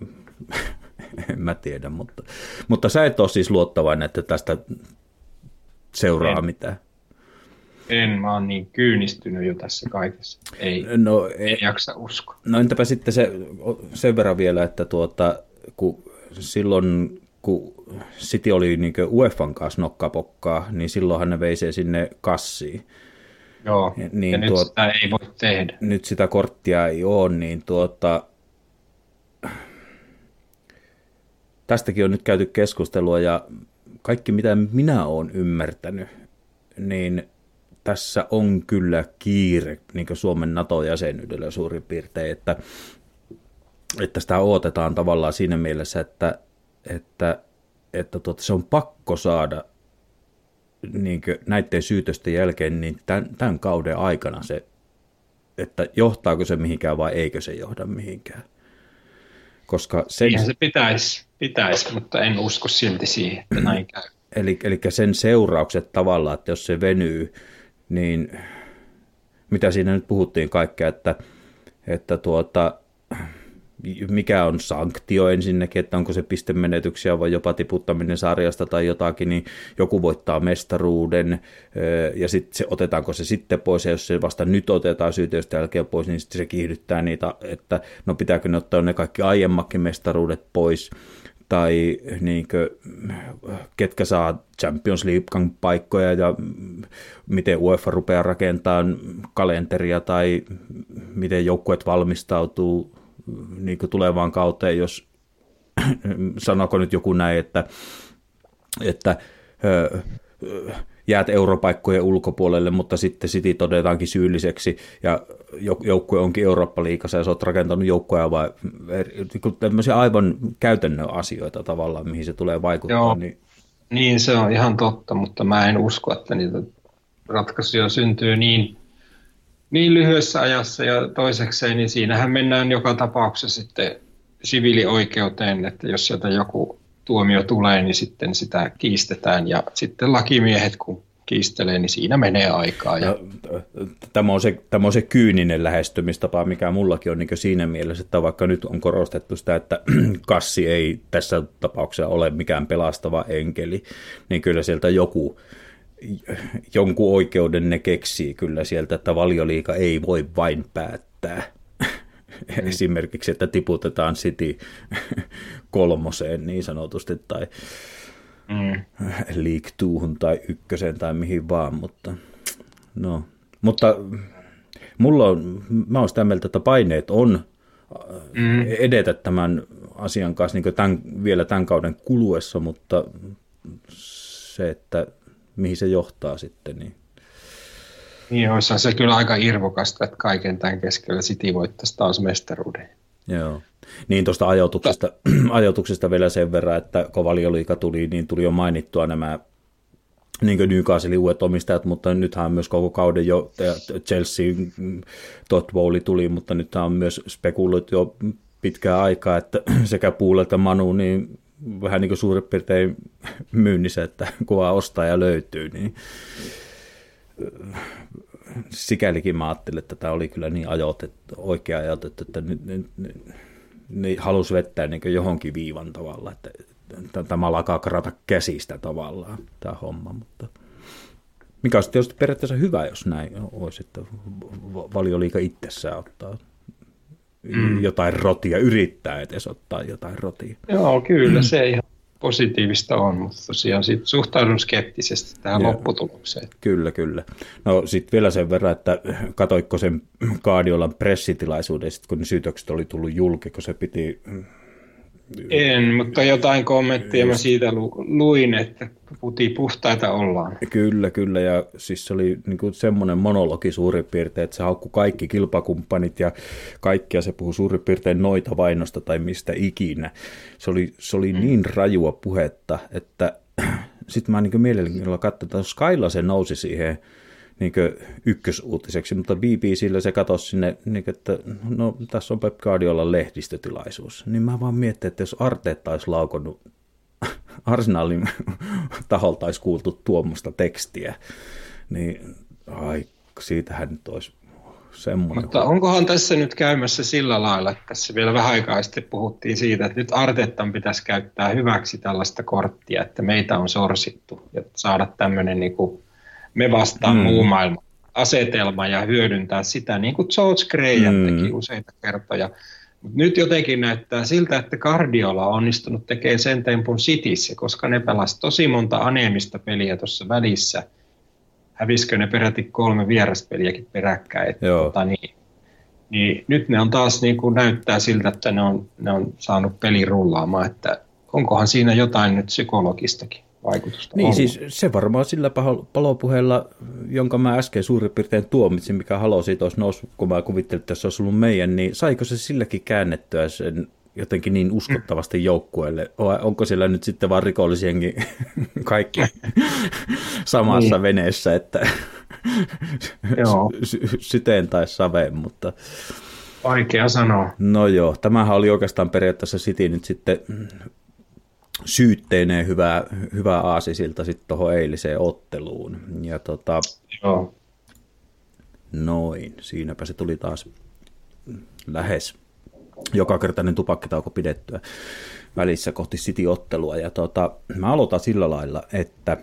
mä tiedä, mutta sä et ole siis luottavainen, että tästä seuraa mitään. Mä oon niin kyynistynyt jo tässä kaikessa. Ei jaksa uskoa. No entäpä sitten sen verran vielä, että silloin kun City oli niin UEFan kanssa nokkapokkaa, niin silloinhan ne vei se sinne kassiin. Joo, niin ja nyt sitä ei voi tehdä. Nyt sitä korttia ei ole, niin tästäkin on nyt käyty keskustelua, ja kaikki mitä minä olen ymmärtänyt, niin tässä on kyllä kiire niin kuin Suomen NATO-jäsenyydellä suurin piirtein, että sitä odotetaan tavallaan siinä mielessä, että se on pakko saada niin kuin näiden syytösten jälkeen niin tämän kauden aikana se, että johtaako se mihinkään vai eikö se johda mihinkään. Koska se pitäisi, mutta en usko silti siihen, että näin käy. Eli sen seuraukset tavallaan, että jos se venyy, niin mitä siinä nyt puhuttiin kaikkea, että mikä on sanktio ensinnäkin, että onko se pistemenetyksiä vai jopa tiputtaminen sarjasta tai jotakin, niin joku voittaa mestaruuden ja sitten otetaanko se sitten pois, ja jos se vasta nyt otetaan syytöstä jälkeen pois, niin sitten se kiihdyttää niitä, että no pitääkö ne ottaa ne kaikki aiemmakin mestaruudet pois, tai niinkö, ketkä saa Champions Leaguean paikkoja ja miten UEFA rupeaa rakentamaan kalenteria tai miten joukkueet valmistautuu niin kuin tulevaan kauteen, jos sanooko nyt joku näin, että jäät europaikkojen ulkopuolelle, mutta sitten City todetaankin syylliseksi ja joukkue onkin Eurooppa-liigassa ja sä oot rakentanut joukkoja vai tämmöisiä aivan käytännön asioita tavallaan, mihin se tulee vaikuttaa. Joo, niin se on ihan totta, mutta mä en usko, että niitä ratkaisuja syntyy niin lyhyessä ajassa, ja toisekseen, niin siinähän mennään joka tapauksessa sitten siviilioikeuteen, että jos sieltä joku tuomio tulee, niin sitten sitä kiistetään, ja sitten lakimiehet, kun kiistelee, niin siinä menee aikaa. Ja tämä on se kyyninen lähestymistapa, mikä mullakin on niin siinä mielessä, että vaikka nyt on korostettu sitä, että kassi ei tässä tapauksessa ole mikään pelastava enkeli, niin kyllä sieltä jonkun oikeuden ne keksii kyllä sieltä, että Valioliiga ei voi vain päättää. Esimerkiksi, että tiputetaan City 3 niin sanotusti, tai League 2 tai 1 tai mihin vaan, mutta mä oon sitä mieltä, että paineet on edetä tämän asian kanssa niin vielä tämän kauden kuluessa, mutta se, että mihin se johtaa sitten. Niin, olisihan se kyllä aika irvokasta, että kaiken tämän keskellä City voittaisi taas mestaruuden. Joo. Niin tuosta ajoituksesta vielä sen verran, että kun Valioliiga tuli, niin tuli jo mainittua nämä niin Newcastlein uudet omistajat, mutta nythän myös koko kauden jo Chelsea Todd Bowley tuli, mutta nythän on myös spekuloitu jo pitkää aikaa, että sekä Poole että Manu, niin vähän niin kuin suurin piirtein myynnissä, että kova ostaja löytyy, niin sikälikin mä ajattelin, että tämä oli kyllä niin oikea ajoitettu, että ne halusi vettää niin johonkin viivan tavalla, että tämä alkaa karata käsistä tavallaan, tämä homma, mutta mikä olisi tietysti periaatteessa hyvä, jos näin olisi, että Valioliiga itsessään ottaa jotain rotia, yrittää edes ottaa jotain rotia. Joo, kyllä se ihan positiivista on, mutta tosiaan sit suhtaudun skeptisesti tähän lopputulokseen. Kyllä. No sitten vielä sen verran, että katoitko sen Guardiolan pressitilaisuuden, kun ne syytökset oli tullut julki, kun se piti... En, mutta jotain kommentteja mä siitä luin, että puhtaita ollaan. Kyllä, ja siis se oli niin kuin semmoinen monologi suurin piirtein, että se haukkui kaikki kilpakumppanit ja kaikkia, se puhui suurin piirtein noita vainosta tai mistä ikinä. Se oli niin rajua puhetta, että sitten mä niin mielenkiinnolla katsoin, että Skylla se nousi siihen niin ykkösuutiseksi, mutta BBCllä se katosi sinne, niin että no tässä on Pep Guardiolan lehdistötilaisuus. Niin mä vaan mietin, että jos Arteetta olisi laukonnut, Arsenalin taholta olisi kuultu tuommoista tekstiä, niin siitähän nyt olisi semmoinen. Mutta onkohan tässä nyt käymässä sillä lailla, että tässä vielä vähän aikaa sitten puhuttiin siitä, että nyt Arteetan pitäisi käyttää hyväksi tällaista korttia, että meitä on sorsittu ja saada tämmöinen niin kuin me vastaan muu maailma asetelma ja hyödyntää sitä, niin kuin George Graham teki useita kertoja. Mut nyt jotenkin näyttää siltä, että Guardiola on onnistunut tekemään sen tempun Cityssä, koska ne pelasivat tosi monta aneemista peliä tuossa välissä. Hävisikö ne peräti 3 vieraspeliäkin peräkkäin. Niin nyt ne on taas niin kuin näyttää siltä, että ne on saanut peli rullaamaan, että onkohan siinä jotain nyt psykologistakin vaikutusta niin ollut. Siis se varmaan sillä palopuheella, jonka mä äsken suurin piirtein tuomitsin, mikä halo siitä olisi noussut, kun mä kuvittelin, että se olisi ollut meidän, niin saiko se silläkin käännettyä sen jotenkin niin uskottavasti joukkueelle? Onko siellä nyt sitten vaan rikollisienkin kaikki samassa veneessä, että syteen tai saveen, mutta vaikea sanoa. No joo, tämähän oli oikeastaan periaatteessa City nyt sitten syytteineen hyvä aasisilta sitten tuohon eiliseen otteluun. Ja joo. Noin, siinäpä se tuli taas lähes jokakertainen tupakkitauko pidettyä välissä kohti City-ottelua. Ja mä aloitan sillä lailla, että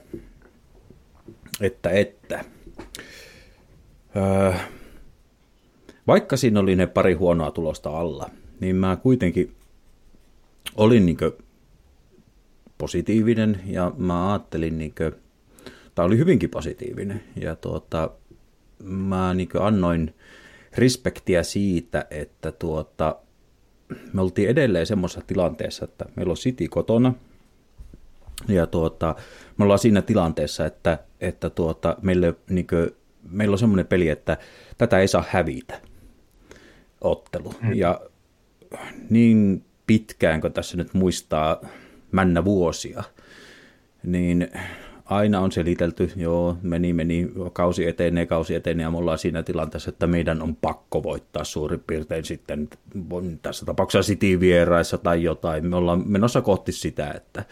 vaikka siinä oli ne pari huonoa tulosta alla, niin mä kuitenkin olin niinkö positiivinen ja mä ajattelin niinkö, tää oli hyvinkin positiivinen ja mä niinkö annoin respektiä siitä, että me oltiin edelleen semmoisessa tilanteessa, että meillä on City kotona ja me ollaan siinä tilanteessa, että meillä on semmoinen peli, että tätä ei saa hävitä ottelu ja niin pitkään, kun tässä nyt muistaa männä vuosia, niin aina on selitelty, joo, meni, kausi etenee ja me ollaan siinä tilanteessa, että meidän on pakko voittaa suurin piirtein sitten tässä tapauksessa City vieraissa tai jotain. Me ollaan menossa kohti sitä, että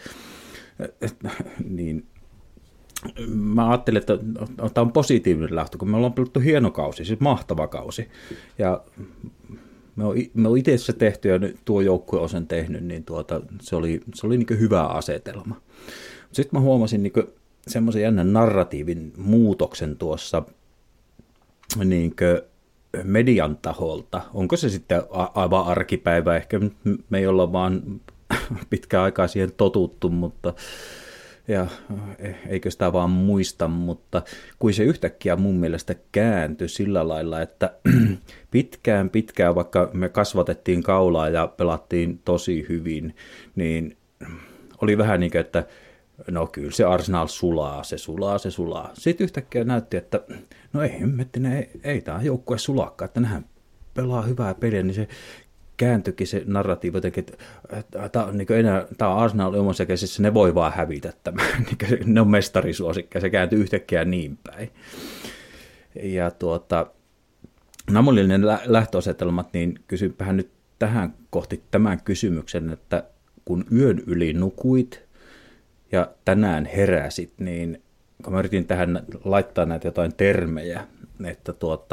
niin mä ajattelin, että tämä on positiivinen lähtö, kun me ollaan pelattu hieno kausi, siis mahtava kausi. Ja me on itse se tehty ja tuo joukkue on sen tehnyt, niin se oli niin hyvä asetelma. Sitten mä huomasin niin semmoisen jännän narratiivin muutoksen tuossa niin median taholta. Onko se sitten aivan arkipäivä? Ehkä me ei olla vaan pitkään aikaa siihen totuttu, mutta ja eikö sitä vaan muista, mutta kun se yhtäkkiä mun mielestä kääntyi sillä lailla, että pitkään, vaikka me kasvatettiin kaulaa ja pelattiin tosi hyvin, niin oli vähän niin kuin, että no kyllä se Arsenal sulaa. Sitten yhtäkkiä näytti, että no ei tämä joukkue sulaakaan, että nehän pelaa hyvää peliä, niin se kääntyikin se narratiivi jotenkin, että tämä on Arsenal omassa käsissä, ne voi vaan hävitä tämän, ne on mestarisuosikkia, se kääntyi yhtäkkiä niin päin. Ja nämä oli ne lähtöasetelmat, niin kysynpähän nyt tähän kohti tämän kysymyksen, että kun yön yli nukuit ja tänään heräsit, niin kun mä yritin tähän laittaa näitä jotain termejä, että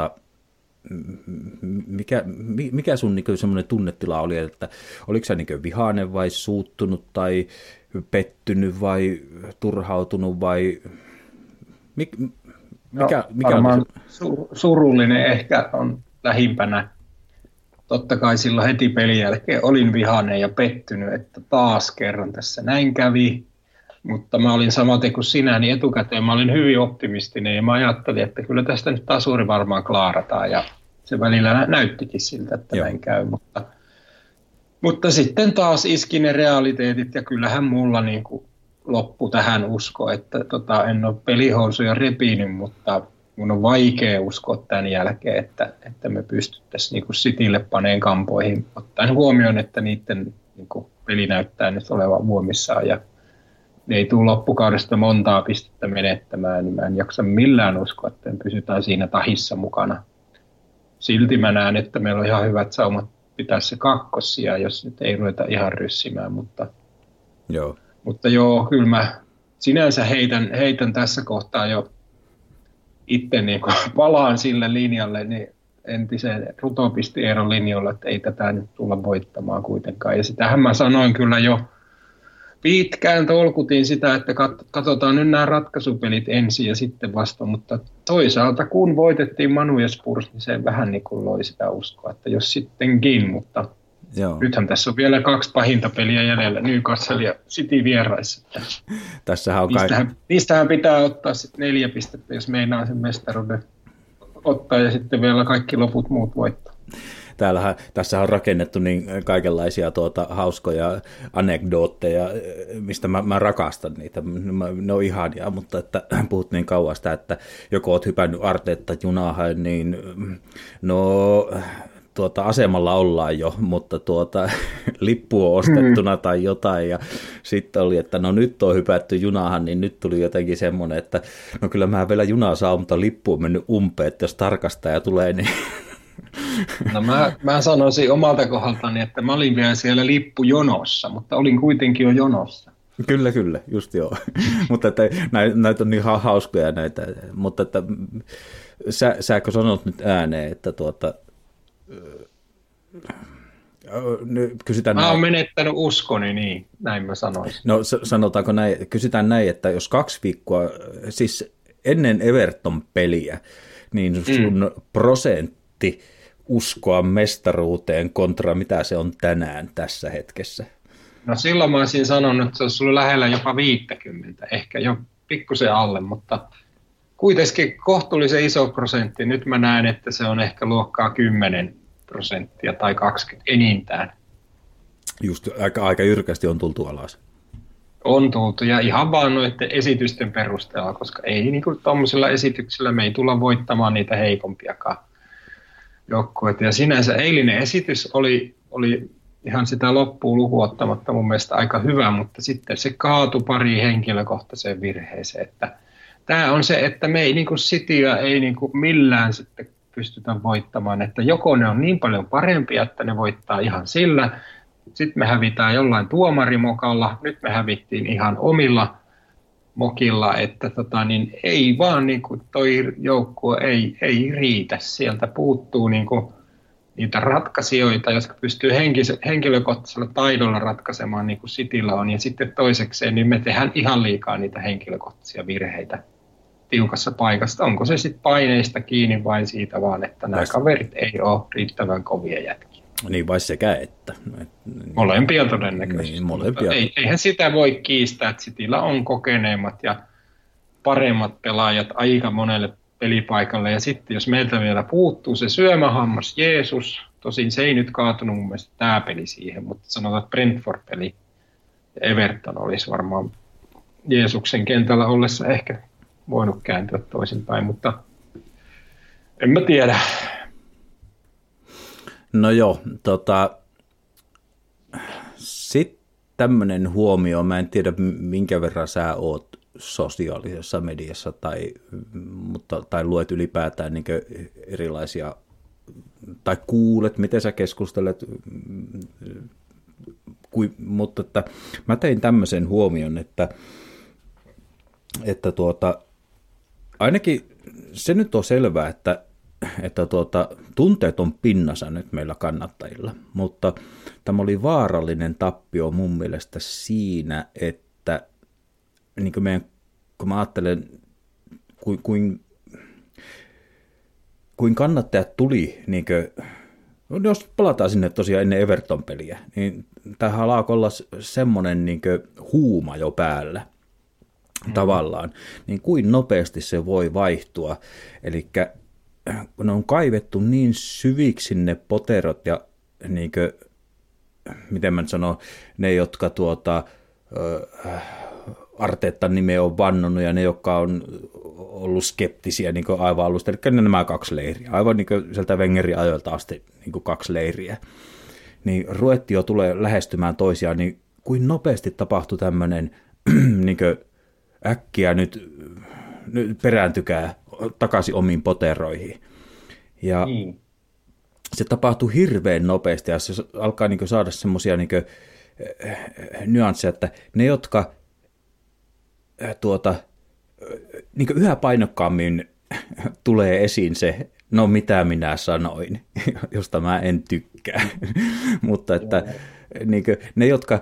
mikä sun niin semmoinen tunnetila oli, että oliko sä niin vihainen vai suuttunut tai pettynyt vai turhautunut vai mikä varmaan surullinen ehkä on lähimpänä. Totta kai silloin heti pelin jälkeen olin vihainen ja pettynyt, että taas kerran tässä näin kävi. Mutta mä olin samaten kuin sinä, niin etukäteen mä olin hyvin optimistinen ja mä ajattelin, että kyllä tästä nyt tasuri varmaan klaarataan ja se välillä näyttikin siltä, että näin käy. Mutta sitten taas iski ne realiteetit ja kyllähän mulla niin kuin loppui tähän usko, että en ole pelihousuja repinyt, mutta mun on vaikea uskoa tämän jälkeen, että me pystyttäisiin niin kuin Citylle paneen kampoihin, ottaen huomioon, että niiden niin kuin peli näyttää nyt olevan vuomissaan ja ei tule loppukaudesta montaa pistettä menettämään, niin mä en jaksa millään uskoa, että pysytään siinä tahissa mukana. Silti mä näen, että meillä on ihan hyvät saumat pitää se kakkosia, jos nyt ei ruveta ihan ryssimään, mutta joo, kyllä mä sinänsä heitän tässä kohtaa jo itse niin kun palaan sille linjalle, niin entiseen rutopistieron linjoilla, että ei tätä nyt tulla voittamaan kuitenkaan. Ja sitähän mä sanoin kyllä jo pitkään, tolkutin sitä, että katsotaan nyt nämä ratkaisupelit ensin ja sitten vasta, mutta toisaalta kun voitettiin Manu ja Spurs, niin se vähän niin kuin loi sitä uskoa, että jos sittenkin, mutta nythän tässä on vielä 2 pahinta peliä jäljellä, Newcastle ja City vieraissa. Niistähän pitää ottaa sitten 4 pistettä, jos meinaa sen mestaruuden ottaa ja sitten vielä kaikki loput muut voittaa. Tässä on rakennettu niin kaikenlaisia hauskoja anekdootteja, mistä mä rakastan niitä. Ne on ihania, mutta että puhut niin kauan sitä, että joko oot hypännyt Arteetta junahan, niin asemalla ollaan jo, mutta lippu on ostettuna tai jotain, ja sitten oli, että nyt on hypätty junahan, niin nyt tuli jotenkin semmoinen, että kyllä mä vielä junaa saa, mutta lippu on mennyt umpeen, että jos tarkastaja tulee, niin... No mä sanoisin omalta kohdaltani, että mä olin vielä siellä lippujonossa, mutta olin kuitenkin jo jonossa. Kyllä, just joo. Mutta että näitä on niin hauskoja näitä, mutta että säkö sanot nyt ääneen, että kysytään mä oon menettänyt uskoni, niin näin mä sanoisin. No sanotaanko näin, kysytään näin, että jos 2 viikkoa, siis ennen Everton-peliä, niin sun prosentti uskoa mestaruuteen kontra mitä se on tänään tässä hetkessä? No silloin mä olisin sanonut, että se olisi ollut lähellä jopa 50, ehkä jo pikkusen alle, mutta kuitenkin kohtuullisen iso prosentti. Nyt mä näen, että se on ehkä luokkaa 10% tai 20 enintään. Just aika jyrkästi on tultu alas. On tultu ja ihan vaan noiden esitysten perusteella, koska ei niin kuin tuollaisilla esityksillä me ei tulla voittamaan niitä heikompiakaan joukkueita. Ja sinänsä eilinen esitys oli ihan sitä loppuun lukuottamatta mun mielestä aika hyvä, mutta sitten se kaatui pari henkilökohtaiseen virheeseen. Että tämä on se, että me ei niin kuin Cityä ei niin kuin millään sitten pystytä voittamaan, että joko ne on niin paljon parempia, että ne voittaa ihan sillä. Sitten me hävitään jollain tuomarimokalla, nyt me hävittiin ihan omilla mokilla, että niin ei vaan niin kuin toi joukkue ei riitä. Sieltä puuttuu niin kuin niitä ratkaisijoita, jotka pystyy henkilökohtaisella taidolla ratkaisemaan niin kuin Cityllä on. Ja sitten toisekseen niin me tehdään ihan liikaa niitä henkilökohtaisia virheitä tiukassa paikassa. Onko se sitten paineista kiinni vai siitä vaan, että nämä kaverit ei ole riittävän kovia jätkiä. Niin vai sekä että. Molempia todennäköisesti. Niin, molempia. Eihän sitä voi kiistää, että Cityllä on kokeneemmat ja paremmat pelaajat aika monelle pelipaikalle. Ja sitten jos meiltä vielä puuttuu se syömähammas Jeesus, tosin se ei nyt kaatunut mun mielestä tämä peli siihen, mutta sanotaan, että Brentford-peli ja Everton olisi varmaan Jeesuksen kentällä ollessa ehkä voinut kääntyä toisinpäin, mutta en mä tiedä. No joo, sitten tämmöinen huomio, mä en tiedä minkä verran sä oot sosiaalisessa mediassa tai luet ylipäätään niin erilaisia, tai kuulet, miten sä keskustelet, mutta että mä tein tämmöisen huomion, että ainakin se nyt on selvää, että tunteet on pinnassa nyt meillä kannattajilla, mutta tämä oli vaarallinen tappio mun mielestä siinä, että niin kuin kun mä ajattelen, kuin kannattajat tuli, niin kuin, jos palataan sinne tosiaan ennen Everton-peliä, niin tämähän alkaa olla semmoinen niin kuin huuma jo päällä tavallaan, niin kuin nopeasti se voi vaihtua, eli kun ne on kaivettu niin syviksi ne poterot ja niin kuin, miten mä sanon, ne jotka Arteetan nimeä on vannonut ja ne, jotka on ollut skeptisiä niin kuin aivan alusta, eli nämä 2 leiriä, aivan niin kuin sieltä Wengerin ajoilta asti niin kuin 2 leiriä, niin ruvettiin jo tulee lähestymään toisiaan, niin kuin nopeasti tapahtui tämmöinen niin äkkiä nyt perääntykää takaisin omiin poteroihin. Ja se tapahtuu hirveän nopeasti, ja se alkaa niin saada semmoisia niin nyansseja, että ne, jotka niin yhä painokkaammin tulee esiin se, no mitä minä sanoin, josta mä en tykkää. Mutta että niin ne, jotka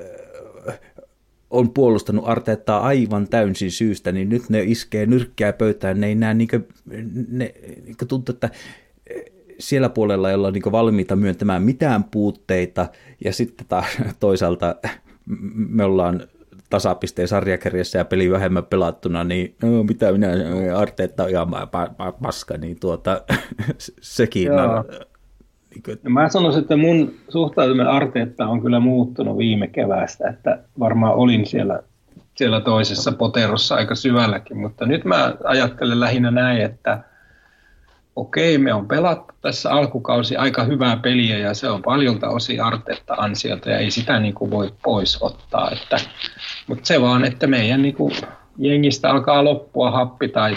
on puolustanut Arteettaa aivan täysin syystä, niin nyt ne iskee nyrkkää pöytään, ne ei näe, ne tuntuu, että siellä puolella ei olla valmiita myöntämään mitään puutteita, ja sitten toisaalta me ollaan tasapisteen sarjakärjessä ja peli vähemmän pelattuna, niin mitä minä, Arteetta on ihan paska, niin sekin on. No mä sanoisin, että mun suhtautuminen Arteettaan on kyllä muuttunut viime keväästä, että varmaan olin siellä toisessa poterossa aika syvälläkin, mutta nyt mä ajattelen lähinnä näin, että okei, me on pelattu tässä alkukausi aika hyvää peliä ja se on paljolta osin Arteetta ansiota ja ei sitä niin kuin voi pois ottaa. Mutta se vaan, että meidän niin kuin jengistä alkaa loppua happi tai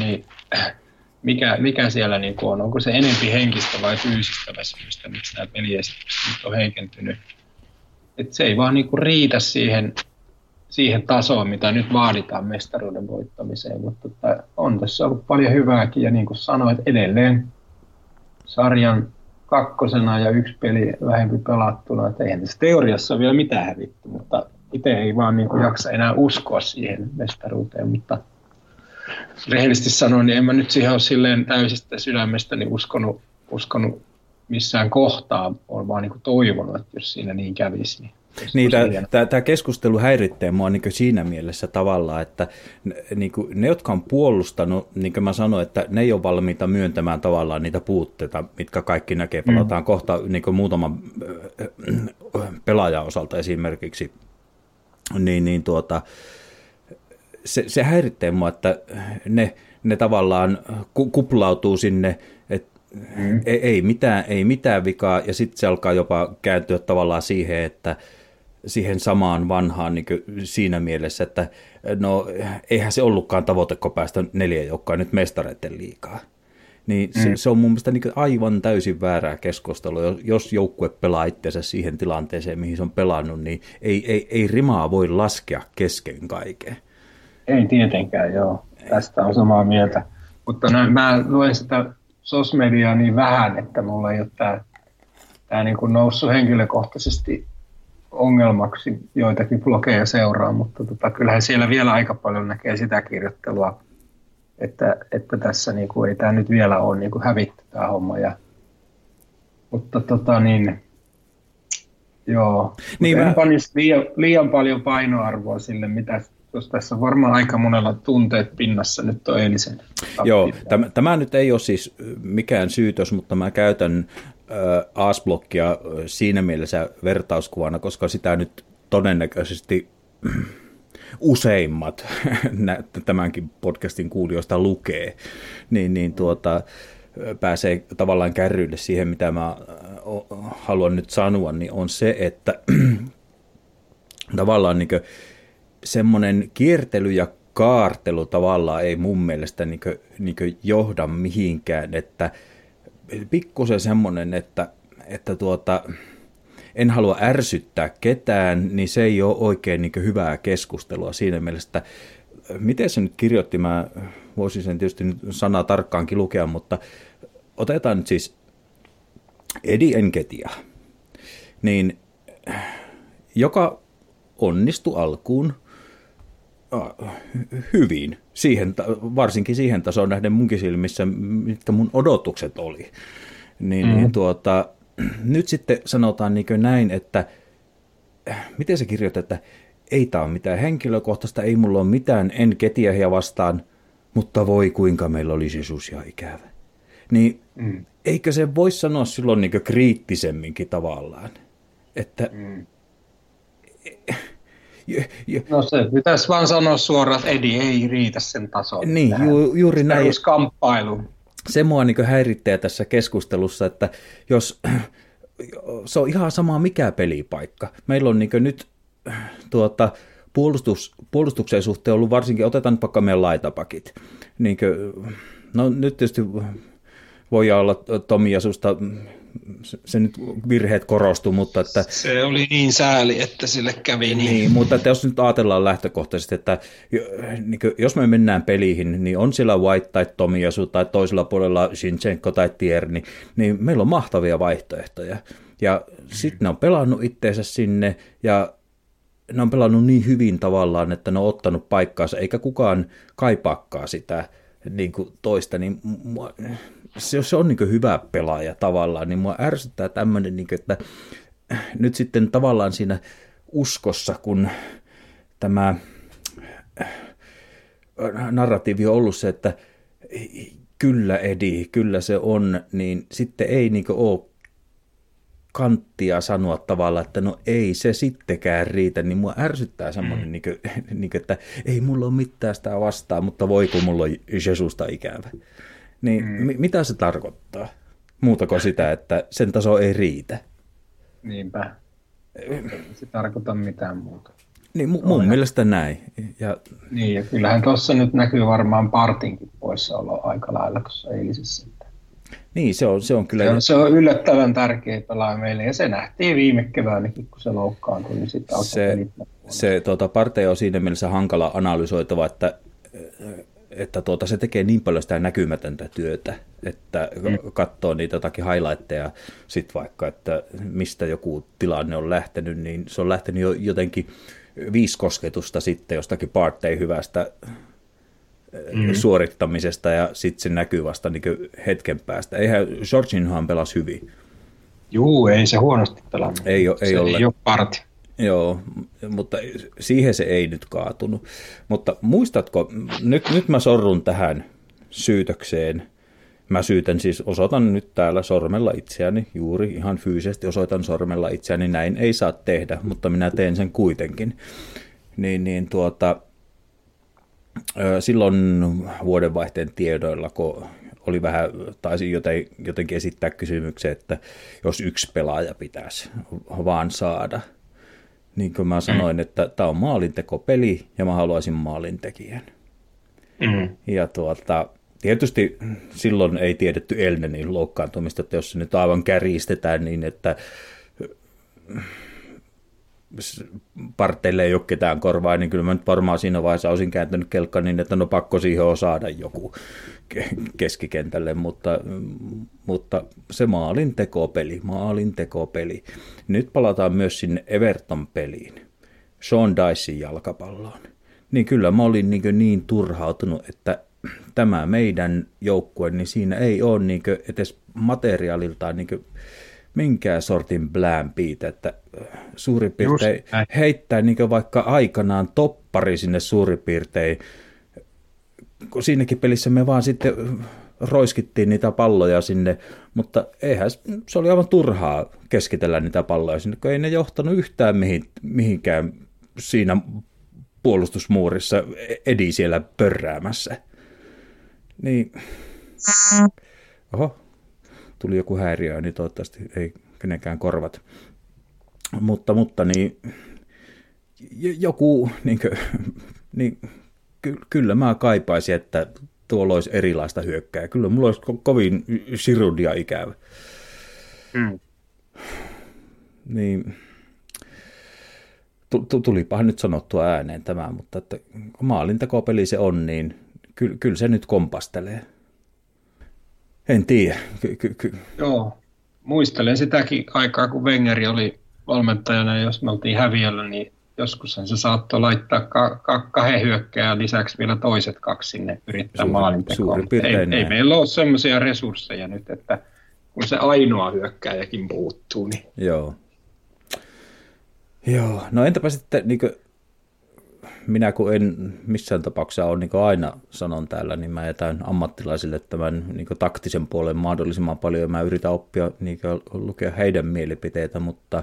mikä siellä niin kuin on. Onko se enempi henkistä vai fyysistä väsymystä, miksi nämä peliesitykset on heikentynyt. Et se ei vaan niin kuin riitä siihen tasoon, mitä nyt vaaditaan mestaruuden voittamiseen, mutta on tässä ollut paljon hyvääkin, ja niin kuin sanoit, edelleen sarjan kakkosena ja 1 peli vähempi pelattuna, että eihän tässä teoriassa ole vielä mitään hävitty, mutta itse ei vaan niin kuin jaksa enää uskoa siihen mestaruuteen, mutta rehellisesti sanoen, niin en mä nyt siihen ole silleen täysistä sydämestäni uskonut missään kohtaa, olen vaan niin kuin toivonut, että jos siinä niin kävisi, niin tämä keskustelu häiritsee mua niin siinä mielessä tavallaan, että niin ne, jotka on puolustanut, niin kuin mä sanoin, että ne ei ole valmiita myöntämään tavallaan niitä puutteita, mitkä kaikki näkee. Palataan kohta niin muutaman pelaajan osalta esimerkiksi. Se häiritsee mua, että ne tavallaan kuplautuu sinne, että ei mitään vikaa, ja sitten se alkaa jopa kääntyä tavallaan siihen, että siihen samaan vanhaan niin siinä mielessä, että no eihän se ollutkaan tavoite, kun päästä 4 joukkoa nyt mestareiden liigaa. Niin se on mun mielestä niin aivan täysin väärää keskustelua. Jos joukkue pelaa itseänsä siihen tilanteeseen, mihin se on pelannut, niin ei rimaa voi laskea kesken kaiken. Ei tietenkään, joo. Tästä on samaa mieltä. Mutta mä luen sitä sosmediaa niin vähän, että mulla ei ole tämä niin kuin noussut henkilökohtaisesti ongelmaksi, joitakin blogeja seuraa, mutta kyllähän siellä vielä aika paljon näkee sitä kirjoittelua, että tässä niin kuin, ei tämä nyt vielä ole niin kuin hävitty tämä homma. Mutta joo, niin en panisi liian paljon painoarvoa sille, mitä jos tässä on varmaan aika monella tunteet pinnassa nyt on eilisen. Joo, tämä nyt ei ole siis mikään syytös, mutta mä käytän ASBlockia siinä mielessä vertauskuvana, koska sitä nyt todennäköisesti useimmat tämänkin podcastin kuulijoista lukee, niin pääsee tavallaan kärryille siihen, mitä mä haluan nyt sanoa, niin on se, että tavallaan niin semmoinen kiertely ja kaartelu tavallaan ei mun mielestä niin johda mihinkään, että pikkusen semmoinen, että en halua ärsyttää ketään, niin se ei ole oikein niin hyvää keskustelua siinä mielessä, että miten se nyt kirjoitti, mä voisin sen tietysti nyt sanaa tarkkaankin lukea, mutta otetaan nyt siis Eddie Nketiah, niin joka onnistui alkuun hyvin, varsinkin siihen tasoon nähden munkin silmissä, mitkä mun odotukset oli. Nyt sitten sanotaan niin näin, että miten se kirjoittaa, että ei tämä ole mitään henkilökohtaista, ei mulla ole mitään Nketiahia vastaan, mutta voi kuinka meillä oli sisus ja ikävä. Niin eikö se voi sanoa silloin niin kriittisemminkin tavallaan, että no se pitäisi vaan sanoa suoraan, että Eddie ei riitä sen tasoon. Niin, juuri näin. Kamppailu. Se mua niin häiritsee tässä keskustelussa, että jos se on ihan sama mikä pelipaikka. Meillä on niin nyt puolustuksen suhteen ollut varsinkin, otetaan nyt vaikka meidän laitapakit. Niin kuin, no nyt tietysti voi olla Tomiyasusta, se nyt virheet korostuu, mutta että... Se oli niin sääli, että sille kävi niin. Niin, mutta että jos nyt ajatellaan lähtökohtaisesti, että niin jos me mennään peliin, niin on siellä White tai Tomiyasu tai toisella puolella Shinchenko tai Tierney, niin meillä on mahtavia vaihtoehtoja. Ja sitten ne on pelannut itteensä sinne ja ne on pelannut niin hyvin tavallaan, että ne on ottanut paikkaansa, eikä kukaan kaipaakaan sitä niin kuin toista, niin se on niin kuin hyvä pelaaja tavallaan, niin mua ärsyttää tämmöinen, niin kuin, että nyt sitten tavallaan siinä uskossa, kun tämä narratiivi on ollut se, että kyllä Eddie, kyllä se on, niin sitten ei niin kuin ole kanttia sanoa tavallaan, että no ei se sittenkään riitä, niin mua ärsyttää semmoinen, niin kuin, että ei mulla ole mitään sitä vastaan, mutta voi kun mulla on Jesusta ikävä. Niin mitä se tarkoittaa? Muuta kuin sitä, että sen taso ei riitä. Niinpä. Ei se tarkoita mitään muuta. Niin mun mielestä näin. Niin ja kyllähän tuossa nyt näkyy varmaan Partinkin poissaolo aika lailla tuossa eilisessä. Niin, se on kyllä... Se on yllättävän tärkeä pelaaja meille, ja se nähtiin viime keväänäkin, kun se loukkaantui, niin sitten se Parte on siinä mielessä hankala analysoitava, että se tekee niin paljon sitä näkymätöntä työtä, että katsoo niitä jotakin highlightteja sitten vaikka, että mistä joku tilanne on lähtenyt, niin se on lähtenyt jo jotenkin 5 kosketusta sitten jostakin Partey hyvästä suorittamisesta ja sitten se näkyy vasta niin hetken päästä. Eihän Jorginhohan pelasi hyvin. Juu, ei se huonosti pelannut. Ei ole Parti. Joo, mutta siihen se ei nyt kaatunut. Mutta muistatko, nyt mä sorrun tähän syytökseen. Mä osoitan nyt täällä sormella itseäni, juuri ihan fyysisesti osoitan sormella itseäni, näin ei saa tehdä, mutta minä teen sen kuitenkin. Silloin vuodenvaihteen tiedoilla, kun oli vähän, taisi jotenkin esittää kysymyksen, että jos yksi pelaaja pitäisi vaan saada, niin kuin mä sanoin, että tämä on maalintekopeli ja mä haluaisin maalintekijän. Ja tietysti silloin ei tiedetty Elnenin loukkaantumista, että jos se nyt aivan kärjistetään niin, että Parteille ei ole ketään korvaa, niin kyllä mä nyt varmaan siinä vaiheessa olisin kääntänyt kelkkaan niin, että no pakko siihen on saada joku keskikentälle, mutta se maalintekopeli. Nyt palataan myös sinne Everton-peliin, Sean Dychen jalkapalloon. Niin kyllä mä olin niin turhautunut, että tämä meidän joukkue, niin siinä ei ole niin edes materiaaliltaan niin minkään sortin blämpiitä, että suurin piirtein heittää niin vaikka aikanaan toppari sinne suurin piirtein, kun siinäkin pelissä me vaan sitten roiskittiin niitä palloja sinne, mutta eihän se oli aivan turhaa keskitellä niitä palloja sinne, kun ei ne johtanut yhtään mihinkään siinä puolustusmuurissa Edi siellä pörräämässä. Niin, oho, tuli joku häiriö, niin toivottavasti ei kenenkään korvat. Mutta niin, joku, niin kyllä mä kaipaisin, että tuolla olisi erilaista hyökkääjää. Kyllä mulla olisi kovin Giroudia ikävä. Niin, tulipahan nyt sanottua ääneen tämä, mutta että kun maalintekopeli se on, niin kyllä se nyt kompastelee. En tiedä. Joo, muistelen sitäkin aikaa, kun Wengeri oli valmentajana, ja jos me oltiin häviöllä, niin joskus se saattoi laittaa 2 hyökkääjää lisäksi vielä toiset 2 sinne yrittää maalintekoon. Ei meillä ole semmoisia resursseja nyt, että kun se ainoa hyökkääjäkin puuttuu. Niin... Joo, no entäpä sitten, niin kuin, minä kun en missään tapauksessa ole, niin kuin aina sanon täällä, niin mä jätän ammattilaisille tämän niin kuin taktisen puolen mahdollisimman paljon, ja mä yritän oppia, niin kuin, lukea heidän mielipiteitä, mutta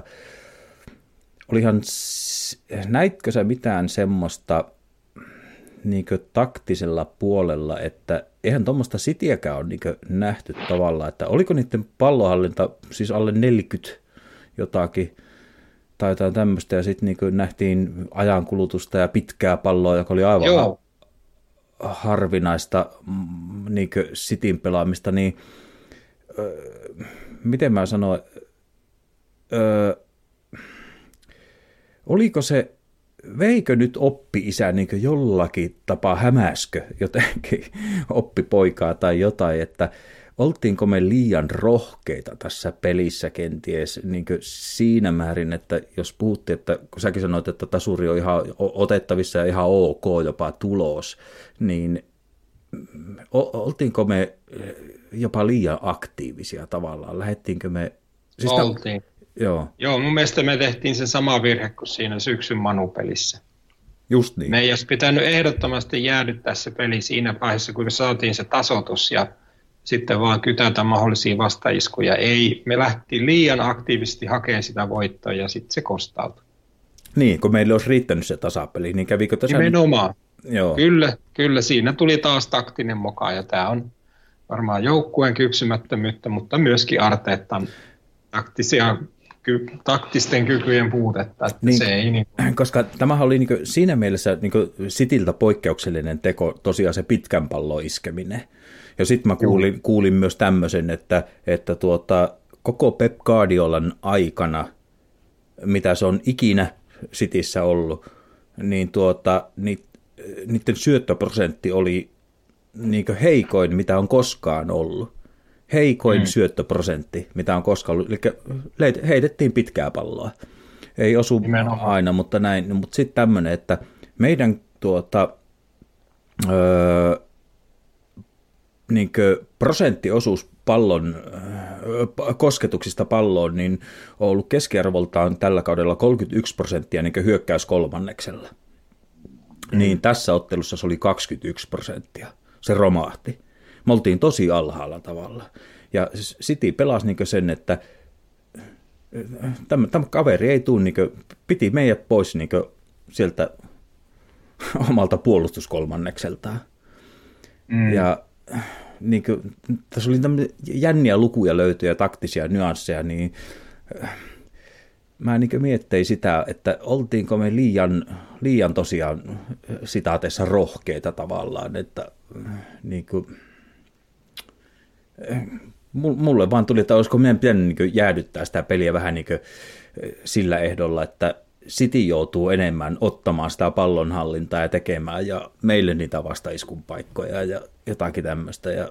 näitkö sä mitään semmoista niin kuin taktisella puolella, että eihän tuommoista Cityäkään ole niin kuin nähty tavallaan, että oliko niiden pallonhallinta siis alle 40 jotakin, tai jotain tämmöistä, ja sitten niin nähtiin ajankulutusta ja pitkää palloa, joka oli aivan harvinaista niin Cityn pelaamista, niin miten mä sanoin, oliko se, veikö nyt oppi-isä niin jollakin tapaa, hämäskö jotenkin oppipoikaa tai jotain, että oltiinko me liian rohkeita tässä pelissä kenties niin siinä määrin, että jos puhuttiin, että kun säkin sanoit, että tasuri on ihan otettavissa ja ihan ok jopa tulos, niin oltiinko me jopa liian aktiivisia tavallaan? Lähettiinkö me? Siis oltiin. Joo, mun mielestä me tehtiin se sama virhe kuin siinä syksyn Manu-pelissä. Just niin. Me ei olisi pitänyt ehdottomasti jäädyttää se peli siinä vaiheessa, kun me saatiin se tasoitus ja sitten vaan kytätä mahdollisia vastaiskuja. Ei, me lähtiin liian aktiivisesti hakemaan sitä voittoa ja sitten se kostautui. Niin, kun meille olisi riittänyt se tasapeli, niin kävikö tässä? Nimenomaan. Joo. Kyllä, siinä tuli taas taktinen moka ja tämä on varmaan joukkueen kypsymättömyyttä, mutta myöskin Arteetan taktisten kykyjen puutetta. Että niin, se ei koska tämähän oli siinä mielessä Cityltä poikkeuksellinen teko, tosiaan se pitkän pallon iskeminen. Ja sitten mä kuulin myös tämmöisen, että koko Pep Guardiolan aikana, mitä se on ikinä Cityssä ollut, niin niiden syöttöprosentti oli niin heikoin, mitä on koskaan ollut. Heikoin syöttöprosentti, mitä on koskaan ollut. Eli heitettiin pitkää palloa. Ei osu aina, mutta näin. Mutta sitten tämmöinen, että meidän niin prosenttiosuus pallon kosketuksista palloon niin on ollut keskiarvoltaan tällä kaudella 31% niin hyökkäyskolmanneksella. Niin tässä ottelussa se oli 21%. Se romahti. Me oltiin tosi alhaalla tavalla. Ja City pelasi niin sen, että tämä kaveri ei tule, niin piti meidät pois niin sieltä omalta puolustuskolmannekseltaan. Ja niin kuin, tässä oli jänniä lukuja löytyy ja taktisia nyansseja, niin mä niin miettein sitä, että oltiinko me liian tosiaan sitaateissa rohkeita tavallaan, että niin kuin, mulle vaan tuli, että olisiko meidän pitänyt niin jäädyttää sitä peliä vähän niin sillä ehdolla, että City joutuu enemmän ottamaan sitä pallonhallintaa ja tekemään ja meille niitä vastaiskun paikkoja ja jotakin tämmöistä. Ja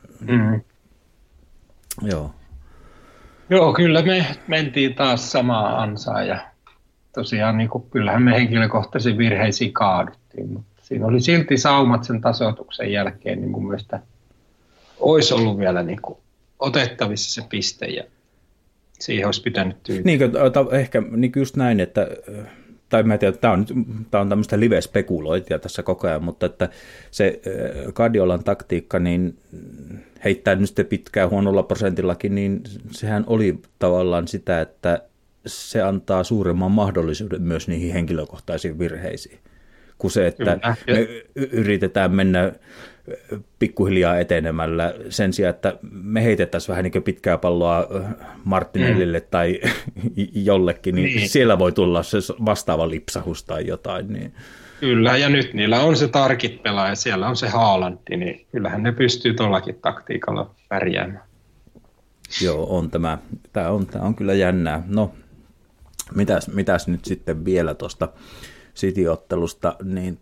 Joo, kyllä me mentiin taas samaa ansaa ja tosiaan niin kuin, kyllähän me henkilökohtaisiin virheisiin kaaduttiin, mutta siinä oli silti saumat sen tasoituksen jälkeen, niin mun mielestä olisi ollut vielä niin kuin otettavissa se piste ja siihen olisi pitänyt tyytyä. Niin, ehkä niin just näin, että, tai mä en tiedä, tämä on tämmöistä live-spekulointia tässä koko ajan, mutta että se Guardiolan taktiikka, niin heittää nyt sitten pitkään huonolla prosentillakin, niin sehän oli tavallaan sitä, että se antaa suuremman mahdollisuuden myös niihin henkilökohtaisiin virheisiin, kuin se, että me yritetään mennä pikkuhiljaa etenemällä sen sijaan, että me heitettäisiin vähän niin pitkää palloa Martinellille tai jollekin, niin siellä voi tulla se vastaava lipsahus tai jotain. Niin. Kyllä, ja nyt niillä on se tarkit pelaaja, siellä on se Haalanti, niin kyllähän ne pystyy tuollakin taktiikalla pärjäämään. Joo, on tämä on kyllä jännää. No, mitäs nyt sitten vielä tuosta City-ottelusta, niin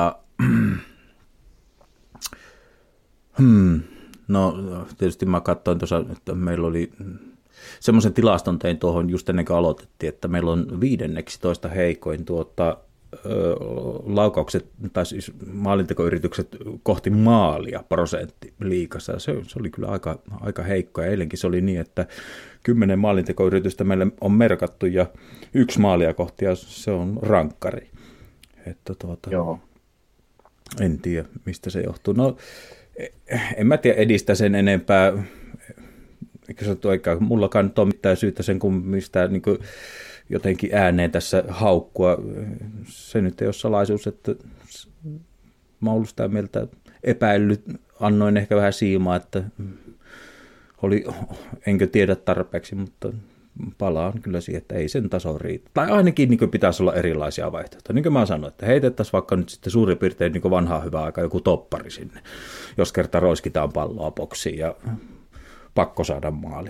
no tietysti mä katsoin tuossa, että meillä oli semmoisen tilaston tein tuohon just ennen kuin aloitettiin, että meillä on 15 heikoin laukaukset tai siis maalintekoyritykset kohti maalia prosentti liigassa. Se oli kyllä aika heikko ja eilenkin se oli niin, että 10 maalintekoyritystä meille on merkattu ja 1 maalia kohti ja se on rankkari. Että Joo. En tiedä mistä se johtuu. No en mä tiedä edistä sen enempää, eikä se ole oikein, mullakaan nyt ole mitään syytä sen kuin mistä niin kuin jotenkin ääneen tässä haukkua. Se nyt ei ole salaisuus, että mä oon ollut sitä mieltä epäillyt, annoin ehkä vähän siimaa, että enkö tiedä tarpeeksi, mutta palaan kyllä siihen, että ei sen taso riitä. Tai ainakin niin pitäisi olla erilaisia vaihtoehtoja. Niin kuin mä sanoin, että heitettäisiin vaikka nyt sitten suurin piirtein niin vanhaa hyvää aikaa joku toppari sinne, jos kerta roiskitaan palloa boksiin ja pakko saada maali.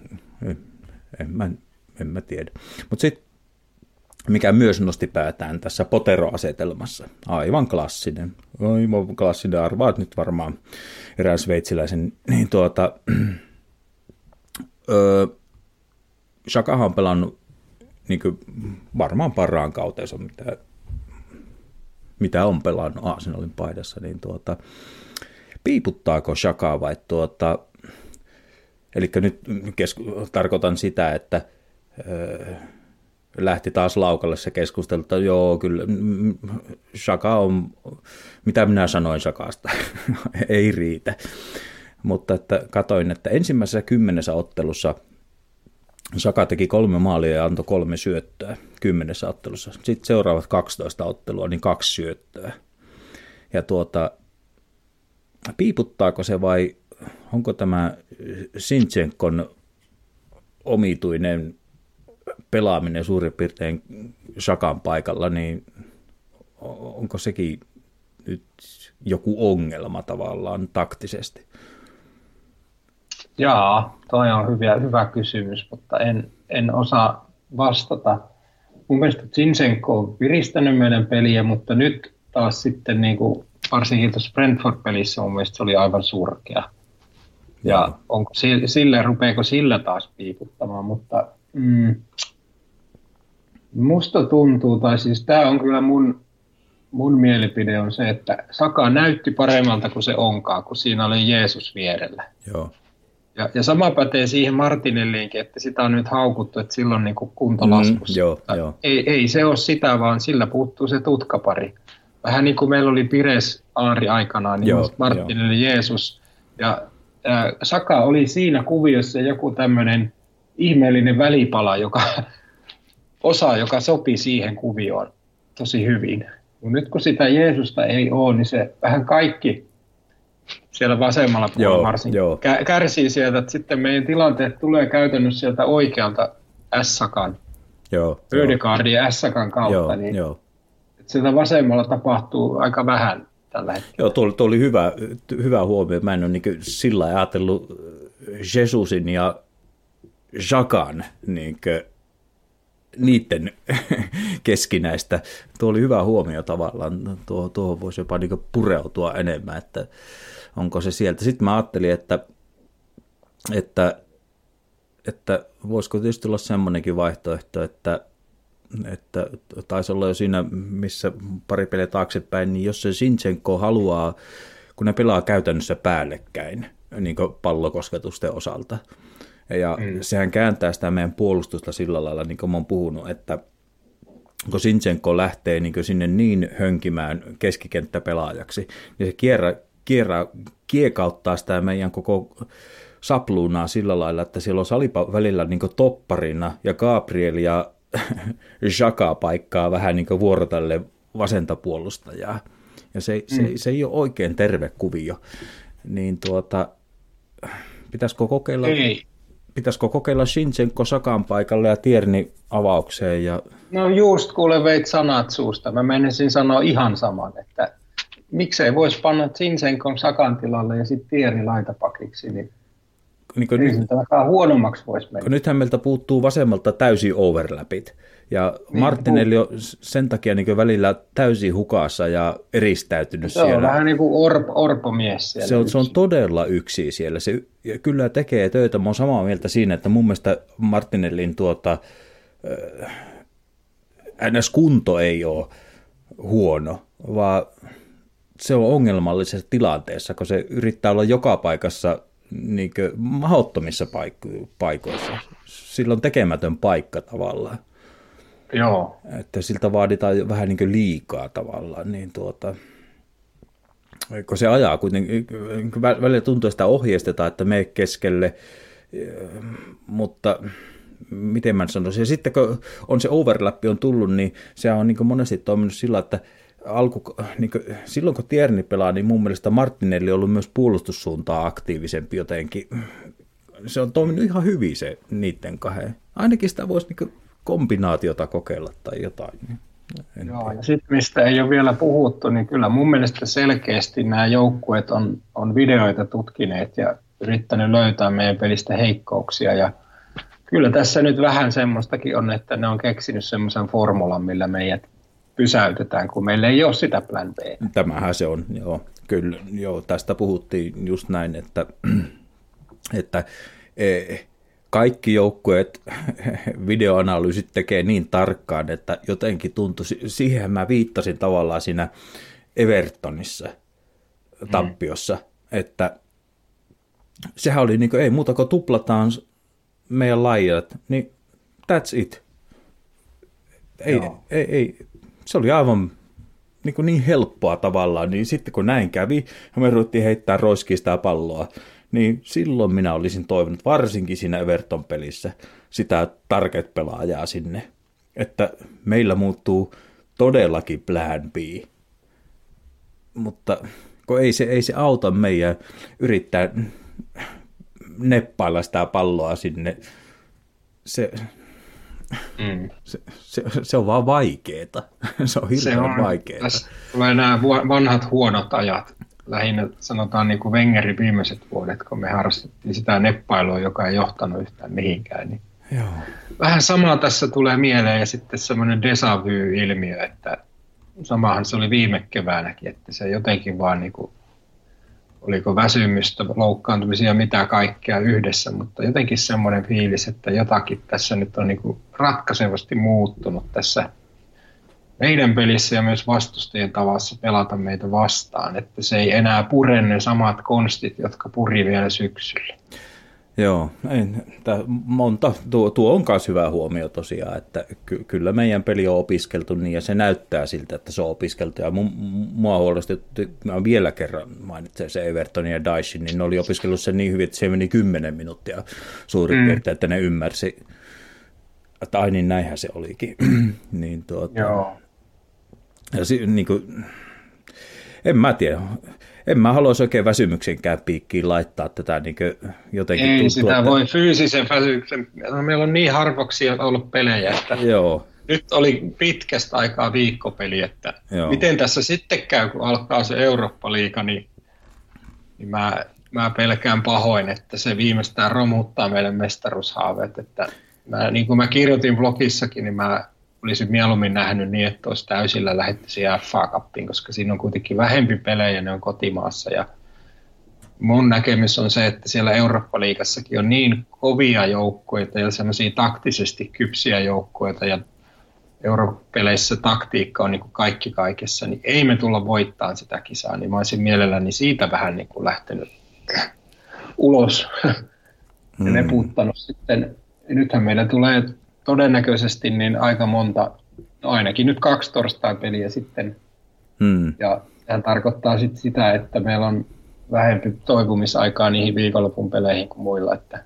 En mä tiedä. Mutta sitten, mikä myös nosti päätään tässä Potero-asetelmassa, aivan klassinen arvaat nyt varmaan erään sveitsiläisen, niin Xhakahan on pelannut niin varmaan parhaan kautensa, mitä on pelannut Arsenalin paidassa, niin piiputtaako Xhaka vai eli nyt tarkoitan sitä, että lähti taas laukalle se keskustelu, että joo, kyllä Xhaka on, mitä minä sanoin Xhakasta, ei riitä. Mutta että katoin, että ensimmäisessä 10 ottelussa Xhaka teki 3 maalia ja antoi 3 syöttöä 10 ottelussa. Sitten seuraavat 12 ottelua, niin 2 syöttöä. Ja piiputtaako se vai onko tämä Zinchenkon omituinen pelaaminen suurin piirtein Xhakan paikalla, niin onko sekin nyt joku ongelma tavallaan taktisesti? Jaa, toi on hyvä kysymys, mutta en osaa vastata. Mun mielestä Zinchenko on piristänyt meidän peliä, mutta nyt taas sitten niin kuin, varsinkin tuossa Brentford-pelissä mun mielestä se oli aivan surkea. Ja onko rupeeko sillä taas piiputtamaan, mutta musta tuntuu, tai siis tämä on kyllä mun mielipide on se, että Xhaka näytti paremmalta kuin se onkaan, kun siinä oli Jeesus vierellä. Joo. Ja sama pätee siihen Martinelliinkin, että sitä on nyt haukuttu, että silloin niin kuntolaskussa. Joo. Ei se ole sitä, vaan sillä puuttuu se tutkapari. Vähän niin kuin meillä oli Pires Aari aikanaan, niin Martinelli Jeesus. Ja Xhaka oli siinä kuviossa joku tämmöinen ihmeellinen välipala, joka sopi siihen kuvioon tosi hyvin. Nyt kun sitä Jeesusta ei ole, niin se vähän kaikki siellä vasemmalla puolella varsinkin kärsii sieltä, että sitten meidän tilanteet tulee käytännössä sieltä oikealta S-sakan, Ödegaardin ja S-sakan kautta, niin sieltä vasemmalla tapahtuu aika vähän tällä hetkellä. Joo, tuo oli hyvä huomio. Mä en ole niin sillä ajatellut Jesusin ja Xhakan niiden keskinäistä. Tuo oli hyvä huomio tavallaan. Tuohon voisi jopa niin pureutua enemmän, että onko se sieltä. Sitten mä ajattelin, että voisiko tietysti olla semmoinenkin vaihtoehto, että taisi olla jo siinä, missä pari peliä taaksepäin, niin jos se Zinchenko haluaa, kun ne pelaa käytännössä päällekkäin niin kuin pallokosketusten osalta, ja sehän kääntää sitä meidän puolustusta sillä lailla, niin kuin mä oon puhunut, että kun Zinchenko lähtee niin sinne niin hönkimään keskikenttäpelaajaksi, niin se kiekauttaa sitä meidän koko sapluunaa sillä lailla, että siellä on Saliba välillä niin topparina ja Gabriel ja Xhaka paikkaa vähän niin vuorotelle vasenta puolustajaa. Ja se ei ole oikein terve kuvio. Niin pitäisikö kokeilla Zinchenko Xhakan paikalle ja Tierney avaukseen? No just kuule veit sanat suusta. Mä menisin sanoa ihan saman, että miksei voisi panna Zinchenko Xhakan tilalle ja sitten Tierney laitapakiksi, niin huonommaksi voisi mennä. Nythän meiltä puuttuu vasemmalta täysin overlapit. Ja Martinelli on sen takia niin välillä täysin hukassa ja eristäytynyt siellä. Se on vähän niin kuin orpomies siellä. Se on todella yksi siellä. Se kyllä tekee töitä. Mä oon samaa mieltä siinä, että mun mielestä Martinellin NS-kunto ei ole huono, vaan se on ongelmallisessa tilanteessa, kun se yrittää olla joka paikassa niin mahdottomissa paikoissa. Sillä on tekemätön paikka tavallaan. Joo. Että siltä vaaditaan vähän niin liikaa tavallaan. Niin kun se ajaa kuitenkin, välillä tuntuu, että sitä ohjeistetaan, että mene keskelle, mutta miten mä sanoisin. Ja sitten kun on se overlap on tullut, niin se on niin monesti toiminut sillä, että silloin kun Tierney pelaa, niin mun mielestä Martinelli on ollut myös puolustussuuntaa aktiivisempi jotenkin se on toiminut ihan hyvin se niiden kahden. Ainakin sitä voisi niin kombinaatiota kokeilla tai jotain. Joo, ja sitten mistä ei ole vielä puhuttu, niin kyllä mun mielestä selkeästi nämä joukkueet on videoita tutkineet ja yrittänyt löytää meidän pelistä heikkouksia. Ja kyllä tässä nyt vähän semmoistakin on, että ne on keksinyt semmoisen formulan, millä meidät pysäytetään, kun meillä ei ole sitä plan B. Tämähän se on, joo. Kyllä, joo, tästä puhuttiin just näin, että kaikki joukkueet videoanalyysit tekee niin tarkkaan, että jotenkin tuntui, siihen mä viittasin tavallaan siinä Evertonissa tappiossa, että sehän oli niin kuin, ei muuta kuin tuplataan meidän lajat, niin that's it. Ei, se oli aivan niin helppoa tavallaan, niin sitten kun näin kävi, ja me ruvettiin heittää roiskiin sitä palloa, niin silloin minä olisin toivonut, varsinkin siinä Everton-pelissä, sitä target-pelaajaa sinne, että meillä muuttuu todellakin plan B. Mutta kun ei se auta meidän yrittää neppailla sitä palloa sinne, se on vaan vaikeeta. Se on hirveän vaikeeta. Tässä tulee nämä vanhat huonot ajat. Lähinnä sanotaan niin kuin Wengerin viimeiset vuodet, kun me harrastettiin sitä neppailua, joka ei johtanut yhtään mihinkään. Niin joo. Vähän samaa tässä tulee mieleen ja sitten semmoinen déjà vu-ilmiö, että samahan se oli viime keväänäkin, että se jotenkin vaan niin kuin, oliko väsymystä, loukkaantumisia, mitä kaikkea yhdessä, mutta jotenkin semmoinen fiilis, että jotakin tässä nyt on niin kuin ratkaisevasti muuttunut tässä meidän pelissä ja myös vastustajien tavassa pelata meitä vastaan, että se ei enää pure ne samat konstit, jotka puri vielä syksyllä. Joo, tuo on myös hyvä huomio tosiaan, että kyllä meidän peli on opiskeltu niin ja se näyttää siltä, että se on opiskeltu ja mua huolestutti, mä vielä kerran mainitsen se Everton ja Dyson, niin ne oli opiskellut sen niin hyvin, että se meni 10 minuuttia suurin piirtein, että ne ymmärsi, että ai niin näinhän se olikin. Niin joo. Ja niin kuin, en mä tiedä. En mä haluaisi oikein väsymyksenkään piikkiin laittaa tätä niin jotenkin. Ei sitä voi fyysisen väsymyksen. Meillä on niin harvoksia ollut pelejä, että joo. Nyt oli pitkästä aikaa viikkopeli, että joo. Miten tässä sitten käy, kun alkaa se Eurooppa-liiga, niin mä pelkään pahoin, että se viimeistään romuttaa meidän mestaruushaaveet. Että niin kuin mä kirjoitin blogissakin, niin mä olisin mieluummin nähnyt niin, että olisi täysillä lähettäisiin FA Cupiin, koska siinä on kuitenkin vähempi pelejä, ne on kotimaassa. Ja mun näkemys on se, että siellä Eurooppa-liigassakin on niin kovia joukkoita ja semmoisia taktisesti kypsiä joukkoita ja Eurooppa-peleissä taktiikka on niin kuin kaikki kaikessa, niin ei me tulla voittamaan sitä kisaa, niin mä olisin mielelläni siitä vähän niin kuin lähtenyt ulos ja leputtanut sitten. Nythän meillä tulee todennäköisesti niin aika monta, no ainakin nyt 2 torstai-peliä sitten. Ja sehän tarkoittaa sitten sitä, että meillä on vähempi toipumisaikaa niihin viikonlopun peleihin kuin muilla. Että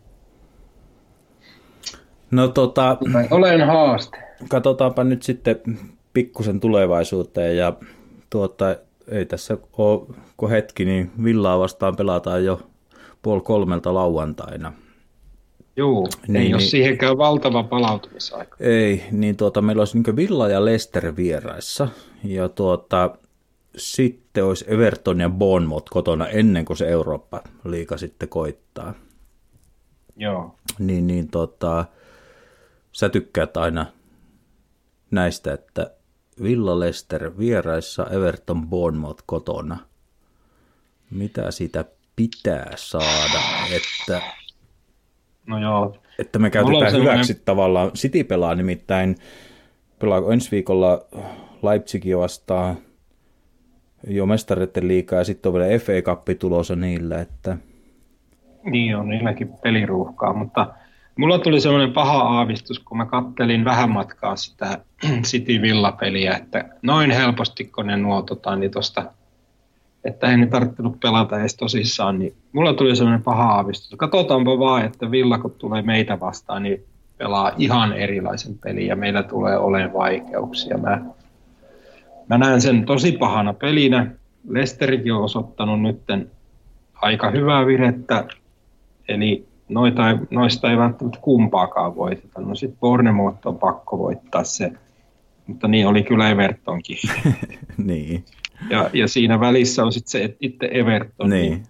no olen haaste. Katsotaanpa nyt sitten pikkusen tulevaisuuteen ja ei tässä ole kun hetki, niin Villaa vastaan pelataan jo 2:30 lauantaina. Joo, ei ole siihenkään valtava palautumisaika. Ei, niin meillä olisi niin Villa ja Leicester vieraissa ja sitten olisi Everton ja Bournemouth kotona ennen kuin se Eurooppa-liiga sitten koittaa. Joo. Niin sä tykkäät aina näistä, että Villa Leicester vieraissa, Everton Bournemouth kotona. Mitä siitä pitää saada, että no joo. Että me käytetään hyväksi tavallaan. City pelaa nimittäin, pelaako ensi viikolla Leipzigia vastaan jo mestareiden liigaa ja sitten on vielä FA Cup tulossa niillä. Että niin on, niilläkin peliruuhkaa, mutta mulla tuli semmoinen paha aavistus, kun mä kattelin vähän matkaa sitä City Villa-peliä, että noin helposti kun ne nuototaan, niin tosta, että ei ne tarvittanut pelata edes tosissaan, niin mulla tuli semmoinen paha aavistus. Katsotaanpa vaan, että Villa kun tulee meitä vastaan, niin pelaa ihan erilaisen pelin ja meillä tulee olemaan vaikeuksia. Mä näen sen tosi pahana pelinä. Leicesterikin on osoittanut nyt aika hyvää virettä, eli noista ei välttämättä kumpaakaan voiteta. No sitten Bournemouth on pakko voittaa se, mutta niin oli kyllä Evertonkin. Niin. Ja siinä välissä on sitten se itse Everton. Niin.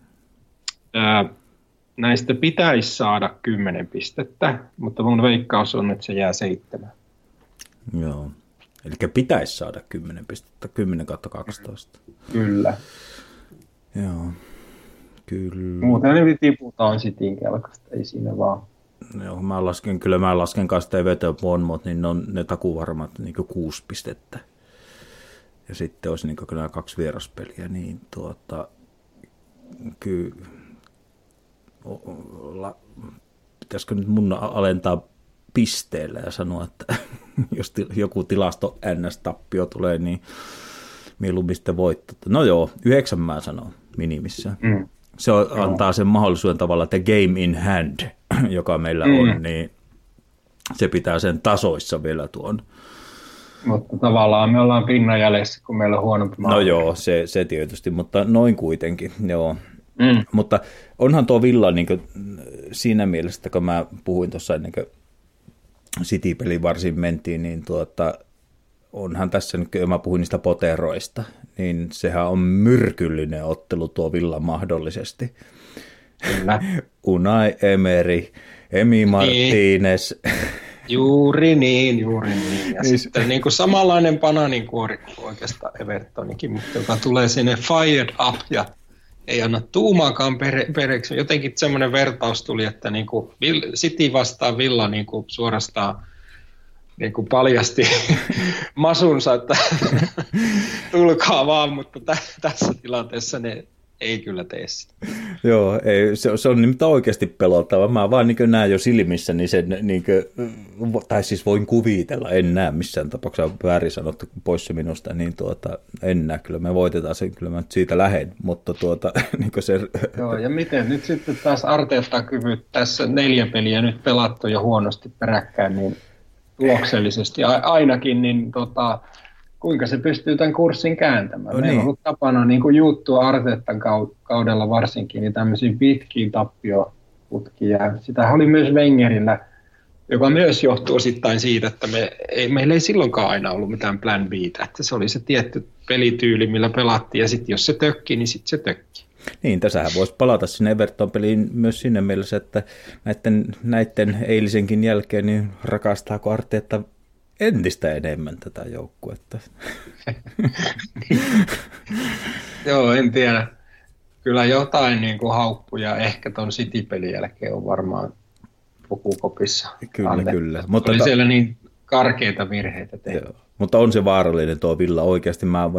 Näistä pitäisi saada 10 pistettä, mutta mun veikkaus on, että se jää 7. Joo. Eli pitäisi saada 10 pistettä, 10/12. Kyllä. Joo. Kyllä. Muuten ne tiputaan Cityn kelkasta, ei siinä vaan. Joo, mä lasken kanssa Everton Bournemouth, niin ne takuvarmat niin 6 pistettä. Ja sitten olisi niin kyllä 2 vieraspeliä, niin kyllä pitäisikö nyt mun alentaa pisteellä ja sanoa, että jos joku tilasto NS-tappio tulee, niin mieluummin sitten voittaa. No joo, 9 mä sanon minimissä. Se antaa sen mahdollisuuden tavalla, että game in hand, joka meillä on, niin se pitää sen tasoissa vielä tuon. Mutta tavallaan me ollaan pinnan jäljessä, kun meillä on huonompi maa. No joo, se tietysti, mutta noin kuitenkin, joo. Mutta onhan tuo Villa niin kuin, siinä mielessä, kun mä puhuin tuossa ennen kuin City-peliin varsin mentiin, niin onhan tässä nyt, kun mä puhuin niistä poteroista, niin sehän on myrkyllinen ottelu tuo Villa mahdollisesti. Kyllä. Unai Emery, Emi Martínez. Juuri niin. Ja sitten niin kuin samanlainen bananinkuori kuin oikeastaan Evertonikin, mutta joka tulee sinne fired up ja ei anna tuumaakaan periksi. Jotenkin semmoinen vertaus tuli, että niin kuin City vastaan Villa niin kuin suorastaan niin kuin paljasti masunsa, että tulkaa vaan, mutta tässä tilanteessa ne ei kyllä tee sitä. Joo, ei, se on nimittäin oikeasti pelottava. Mä vaan niin näen jo silmissä, niin sen, niin kuin, tai siis voin kuvitella, en näe missään tapauksessa väärin sanottu pois se minusta, niin en näe, kyllä me voitetaan sen, kyllä mä siitä lähden, mutta niin se... Joo, ja miten nyt sitten taas Arteetta-kyvyt tässä 4 peliä nyt pelattu jo huonosti peräkkäin, niin tuloksellisesti ainakin, niin kuinka se pystyy tämän kurssin kääntämään. Meillä on ollut tapana niin kuin juuttua Arteetan kaudella varsinkin, niin tämmöisiä pitkiä tappioputkia. Sitä oli myös Wengerillä, joka myös johtuu osittain siitä, että meillä ei silloinkaan aina ollut mitään plan B:tä. Että se oli se tietty pelityyli, millä pelattiin, ja sitten jos se tökki, niin sitten se tökki. Niin, tässähän voisi palata sinne Everton-peliin myös sinne mielessä, että näiden eilisenkin jälkeen niin rakastaako Arteetta entistä enemmän tätä joukkuetta. Joo, en tiedä. Kyllä jotain niin kuin hauppuja ehkä ton City-pelin jälkeen on varmaan pukukopissa. Kyllä. Mutta oli siellä niin karkeita virheitä tehty. Mutta on se vaarallinen tuo Villa oikeasti. Mä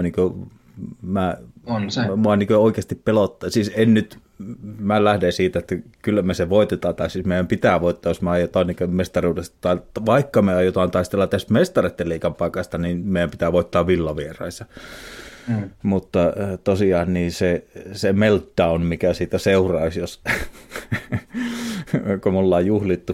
niin oikeasti pelottaa. Siis mä lähden siitä, että kyllä me se voitetaan, tai siis meidän pitää voittaa, jos me aiotaan niin mestaruudesta, tai vaikka me aiotaan taistella tästä mestareiden liigan paikasta, niin meidän pitää voittaa Villa vieraissa. Mutta tosiaan niin se meltdown, mikä siitä seuraisi, jos kun me ollaan juhlittu,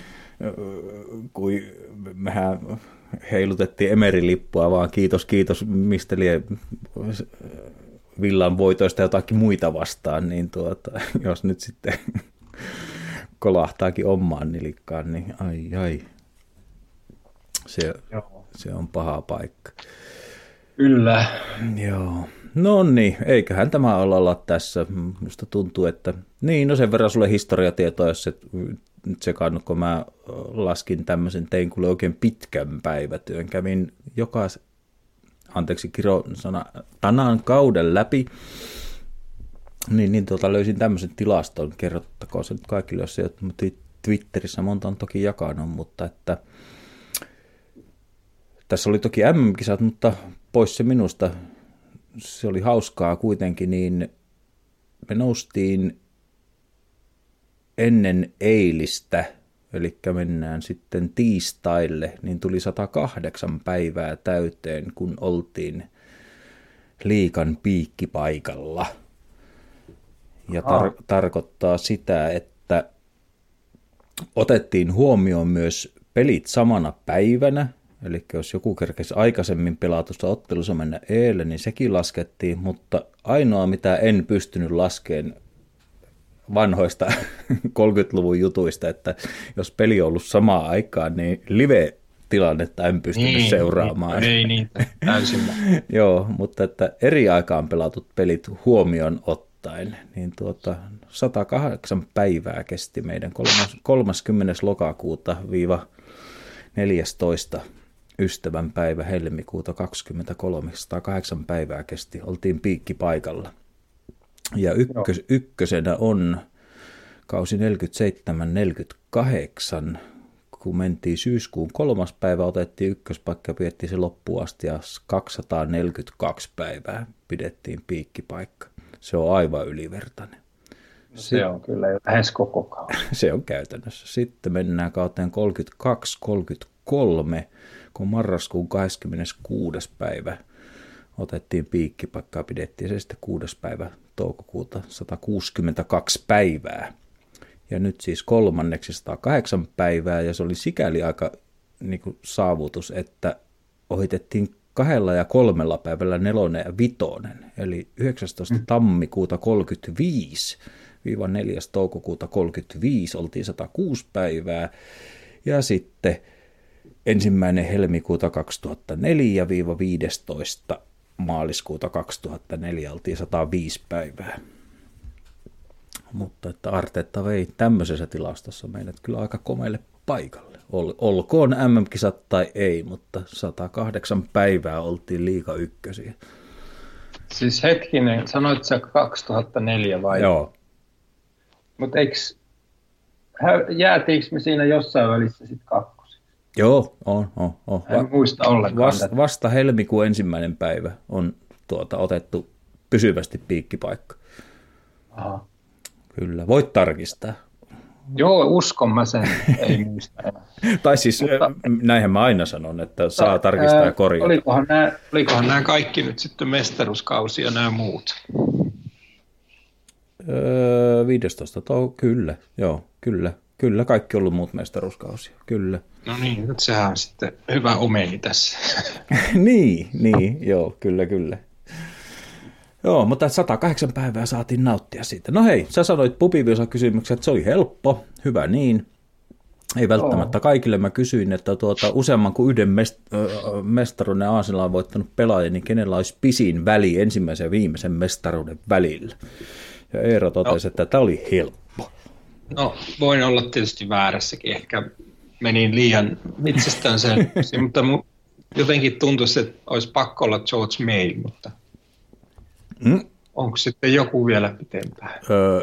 kuin mehän heilutettiin Emery-lippua, vaan kiitos, mistä lie Villan voitoista jotakin muita vastaan, niin jos nyt sitten kolahtaakin omaan nilikkaan, niin ai. Se on paha paikka. Kyllä. Joo. No niin, eiköhän tämä olla tässä. Minusta tuntuu, että sen verran sulle historiatietoa, jos nyt sekannut, kun mä laskin tämmöisen, tein kuule oikein pitkän päivätyön. Kävin tänään kauden läpi, niin löysin tämmöisen tilaston, kerrottakoon se nyt kaikille, jos ei ole Twitterissä, monta on toki jakanut, mutta että tässä oli toki MM-kisat, mutta pois se minusta, se oli hauskaa kuitenkin, niin me noustiin ennen eilistä, eli mennään sitten tiistaille, niin tuli 108 päivää täyteen, kun oltiin liigan piikkipaikalla. Ja tarkoittaa sitä, että otettiin huomioon myös pelit samana päivänä, eli jos joku kerkesi aikaisemmin pelatusta ottelussa mennä eilen, niin sekin laskettiin, mutta ainoa mitä en pystynyt laskemaan vanhoista 30-luvun jutuista, että jos peli on ollut samaan aikaan, niin live-tilannetta en pystynyt seuraamaan. Ei niitä, täysin. Joo, mutta että eri aikaan pelatut pelit huomioon ottaen, niin 108 päivää kesti meidän 30. lokakuuta viiva 14. ystävänpäivä helmikuuta 23. 108 päivää kesti, oltiin piikkipaikalla. Ja ykkösenä on kausi 47-48, kun mentiin syyskuun 3. päivä, otettiin ykköspaikka ja pidettiin se loppuun asti, ja 242 päivää pidettiin piikkipaikka. Se on aivan ylivertainen. Se on kyllä lähes koko kausi. Se on käytännössä. Sitten mennään kauteen 32-33, kun marraskuun 26. päivä otettiin piikkipaikkaa, pidettiin se sitten 6. päivä toukokuuta, 162 päivää. Ja nyt siis kolmanneksi 108 päivää, ja se oli sikäli aika niin kuin saavutus, että ohitettiin 2 ja 3 päivällä 4 ja 5, eli 19. tammikuuta 35 4. toukokuuta 35 oltiin 106 päivää, ja sitten 1. helmikuuta 2004 15. maaliskuuta 2004 oltiin 105 päivää. Mutta että Arteta vei tämmöisessä tilastossa meidät kyllä aika komeille paikalle. Olkoon MM-kisat tai ei, mutta 108 päivää oltiin liiga ykkösiä. Siis hetkinen, sanoit sä 2004 vai? Joo. Mutta jäätiinkö me siinä jossain välissä sitten kakkosi? Joo, on. En muista ollenkaan. Vasta helmikuun 1. päivä on otettu pysyvästi piikkipaikka. Aha. Kyllä, voit tarkistaa. Joo, uskon mä sen, ei muista enää. Tai siis näinhän mä aina sanon, että saa tarkistaa ja korjata. Olikohan nämä kaikki nyt sitten mestaruuskausia ja nämä muut? 15. Kyllä, joo, kyllä, kaikki on ollut muut mestaruuskausia, kyllä. No niin, nyt sehän on sitten hyvä omeni tässä. niin, joo, kyllä. Joo, mutta 108 päivää saatiin nauttia siitä. No hei, sä sanoit Pupiviosa-kysymyksen, että se oli helppo, hyvä niin. Ei välttämättä kaikille. Mä kysyin, että useamman kuin yhden mestaruuden Aasilla on voittanut pelaaja, niin kenellä olisi pisin väli ensimmäisen ja viimeisen mestaruuden välillä. Ja Eero totesi, että tämä oli helppo. No, voin olla tietysti väärässäkin. Ehkä menin liian itsestäänselväksi, mutta jotenkin tuntuisi, että olisi pakko olla George Mail, mutta onko sitten joku vielä pitempään?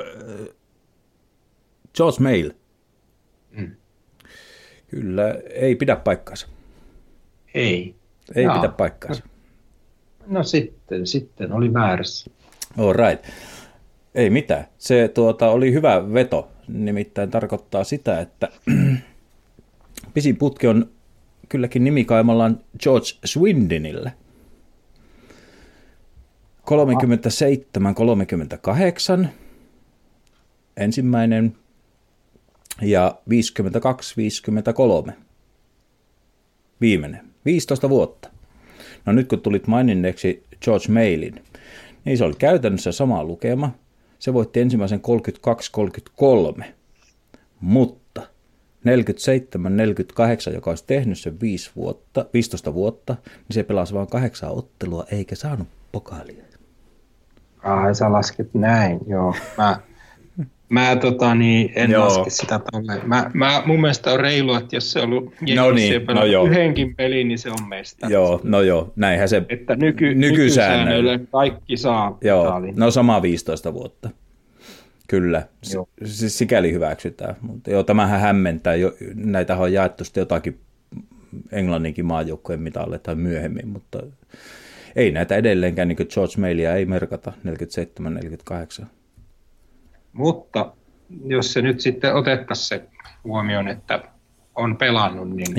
George Mail. Kyllä, ei pidä paikkaansa. Ei pidä paikkaansa. No sitten oli väärässä. All right. Ei mitään. Se oli hyvä veto. Nimittäin tarkoittaa sitä, että pisin putki on kylläkin nimikaimallaan George Swindonille. 37-38 ensimmäinen ja 52-53 viimeinen. 15 vuotta. No nyt kun tulit maininneeksi George Mailin, niin se oli käytännössä sama lukema. Se voitti ensimmäisen 32-33, mutta 47-48, joka olisi tehnyt sen 15 vuotta, niin se pelasi vain 8 ottelua eikä saanut pokaalia. Sä lasket näin, joo. Mä en laske sitä tolleen. Mun mielestä on reilu, että jos se on ollut yhdenkin pelin, niin se on mestari. Joo, näinhän se että nykysäännöillä kaikki saa petaalin. No sama 15 vuotta. Kyllä, sikäli hyväksytään. Mutta tämähän hämmentää. Näitähän on jaettu sitten jotakin Englanninkin maajoukkojen mitalle tai myöhemmin, mutta ei näitä edelleenkään, niin kuin George Mailia ei merkata 47-48. Mutta jos se nyt sitten otettaisiin se huomioon, että on pelannut, niin,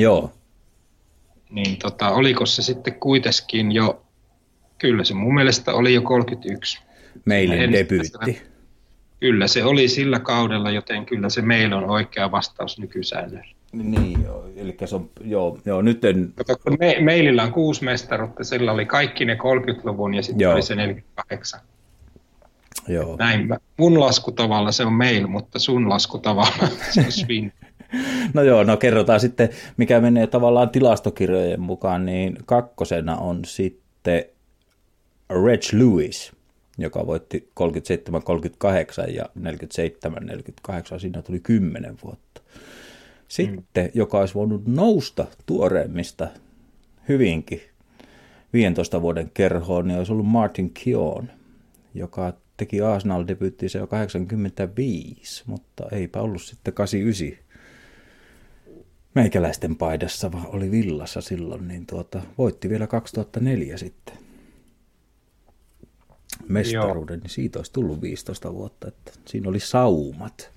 oliko se sitten kuitenkin jo, kyllä se mun mielestä oli jo 31. Mailin debyytti. Kyllä se oli sillä kaudella, joten kyllä se Mail on oikea vastaus nykysäännöllä. Niin joo, eli se on, nyt en... Mailillä on 6 mestaruutta, sillä oli kaikki ne 30-luvun ja sitten oli se 48. Joo. Näin, mun laskutavalla se on mail, mutta sun laskutavalla se on swing. No joo, no kerrotaan sitten, mikä menee tavallaan tilastokirjojen mukaan, niin kakkosena on sitten Reg Lewis, joka voitti 37-38 ja 47-48, siinä tuli 10 vuotta. Sitten, joka olisi voinut nousta tuoreemmista hyvinkin 15 vuoden kerhoon, niin olisi ollut Martin Keown, joka teki Arsenal-debyyttinsä jo 85, mutta eipä ollut sitten 89 meikäläisten paidassa, vaan oli Villassa silloin, niin voitti vielä 2004 sitten mestaruuden, niin siitä olisi tullut 15 vuotta, että siinä oli saumat.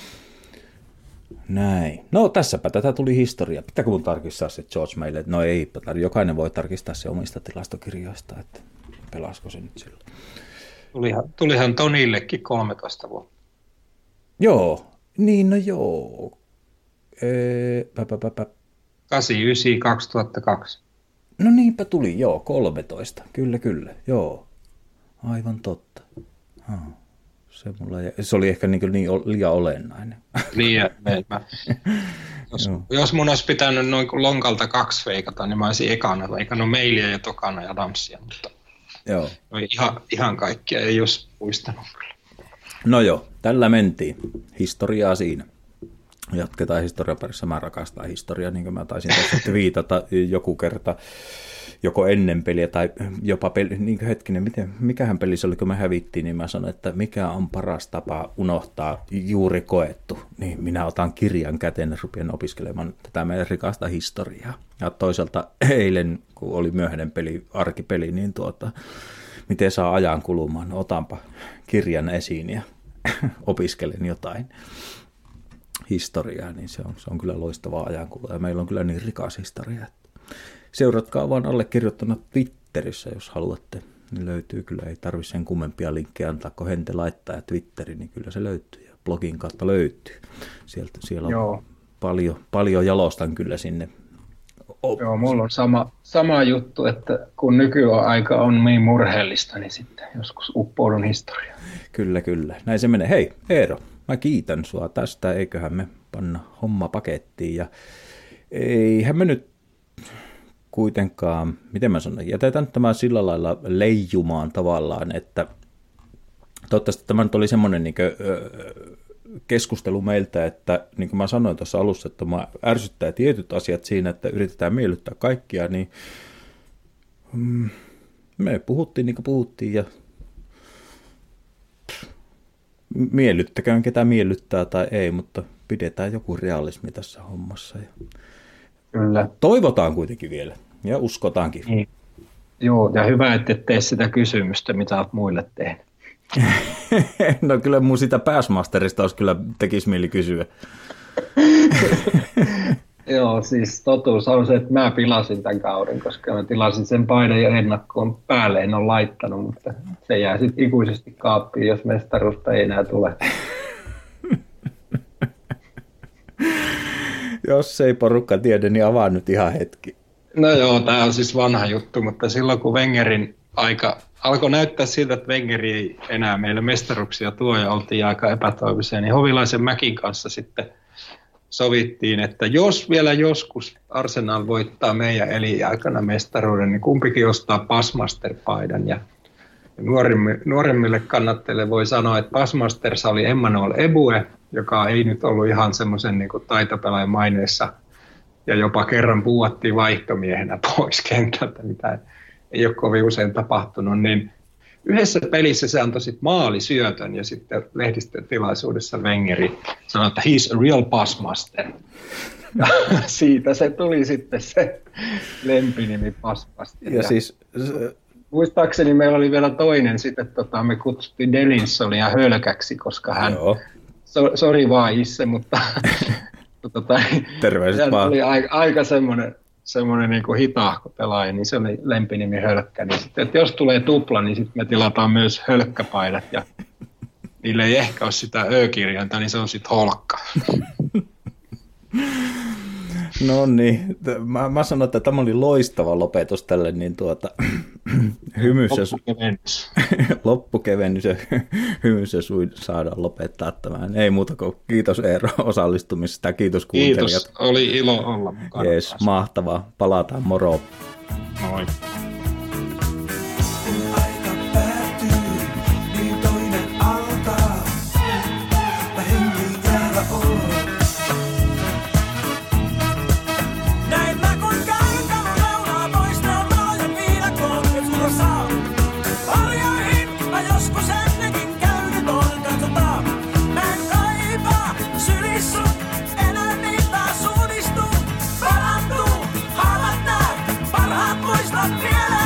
Näin. No tässäpä tätä tuli historia. Pitääkö mun tarkistaa se George meille? No ei, jokainen voi tarkistaa se omista tilastokirjoista, että pelasko se nyt silloin. Tulihan Tonillekin 13 vuotta. Joo, niin no joo. 89-2002. No niinpä tuli, joo, 13. Kyllä, joo. Aivan totta. Se oli ehkä niin liian olennainen. Liian. Jos mun olisi pitänyt noin lonkalta 2 veikata, niin mä olisin ekana mailia ja tokana ja Damsia, mutta joo. Ihan kaikkia ei olisi muistanut. No joo, tällä mentiin. Historiaa siinä. Jatketaan historian parissa. Mä rakastan historiaa, niin kuin mä taisin tässä viitata joku kerta, joko ennen peliä tai jopa peli, niin hetkinen, mikähän peli se oli, kun me hävittiin, niin mä sanoin, että mikä on paras tapa unohtaa juuri koettu. Niin minä otan kirjan käteen ja rupean opiskelemaan tätä meidän rikasta historiaa. Ja toisaalta eilen, kun oli myöhäinen peli, arkipeli, niin miten saa ajan kulumaan, no, otanpa kirjan esiin ja opiskelen jotain historiaa, niin se on kyllä loistavaa ajankulua ja meillä on kyllä niin rikas historia. Seuratkaa vaan allekirjoittuna Twitterissä, jos haluatte. Niin löytyy kyllä, ei tarvitse sen kummempia linkkejä antaa, kun Hente laittaa Twitteri, niin kyllä se löytyy ja blogin kautta löytyy. Siellä on paljon jalostan kyllä sinne. Joo, mulla on sama juttu, että kun nykyaika on niin murheellista, niin sitten joskus uppoudun historiaan. Kyllä. Näin se menee. Hei, Eero, mä kiitän sua tästä. Eiköhän me panna homma pakettiin. Ja eihän me nyt kuitenkaan, miten mä sanon, jätetään tämä sillä lailla leijumaan tavallaan, että toivottavasti tämä nyt oli semmoinen niin keskustelu meiltä, että niin kuin mä sanoin tuossa alussa, että mä ärsyttää tietyt asiat siinä, että yritetään miellyttää kaikkia, niin me puhuttiin niin kuin puhuttiin ja miellyttäkään ketä miellyttää tai ei, mutta pidetään joku realismi tässä hommassa. Kyllä. Toivotaan kuitenkin vielä ja uskotaankin. Niin. Joo, ja hyvä, että et tee sitä kysymystä, mitä olet muille tehnyt. No kyllä mun sitä Bassmasterista olisi kyllä tekisi mieli kysyä. Joo, siis totuus on se, että mä pilasin tämän kauden, koska mä tilasin sen paidan jo ennakkoon päälle, en ole laittanut, mutta se jää sitten ikuisesti kaappiin, jos mestaruutta ei enää tule. Jos ei porukka tiedä, niin avaa nyt ihan hetki. No joo, tämä on siis vanha juttu, mutta silloin kun Wengerin aika alkoi näyttää siltä, että Wenger ei enää meille mestaruksia tuo ja oltiin aika epätoivoisia, niin Hovilaisen Mäkin kanssa sitten sovittiin, että jos vielä joskus Arsenal voittaa meidän elinaikana mestaruuden, niin kumpikin ostaa Bassmaster-paidan. Ja nuoremmille kannattajille voi sanoa, että Bassmasters oli Emmanuel Ebue, joka ei nyt ollut ihan semmoisen niin kuin taitopelaajan maineessa, ja jopa kerran puuattiin vaihtomiehenä pois kentältä, mitä ei ole kovin usein tapahtunut, niin yhdessä pelissä se antoi sitten maalisyötön, ja sitten lehdistötilaisuudessa Wengeri sanoi, että he's a real Bassmaster. Ja siitä se tuli sitten se lempinimi Bassmaster. Ja siis muistaakseni meillä oli vielä toinen sitten, me kutsuttiin Delinsonia hölkäksi, koska hän, sori vaan Isse, mutta terveiset vaan. Oli aika semmoinen niin kuin hitaahko pelaaja, niin se oli lempinimi Hölkkä. Niin sitten, että jos tulee tupla, niin sitten me tilataan myös hölkkäpaidat ja niille ei ehkä ole sitä ö-kirjainta, niin se on sitten holkka. No niin, mä sanon, että tämä oli loistava lopetus tälle, niin loppukevennys ja hymys ja saadaan lopettaa tämän. Ei muuta kuin kiitos Eero osallistumisesta ja kiitos kuuntelijat. Kiitos, oli ilo olla mukana. Jees, mahtavaa. Palataan, moro. Moi. Parhaat muistot vielä.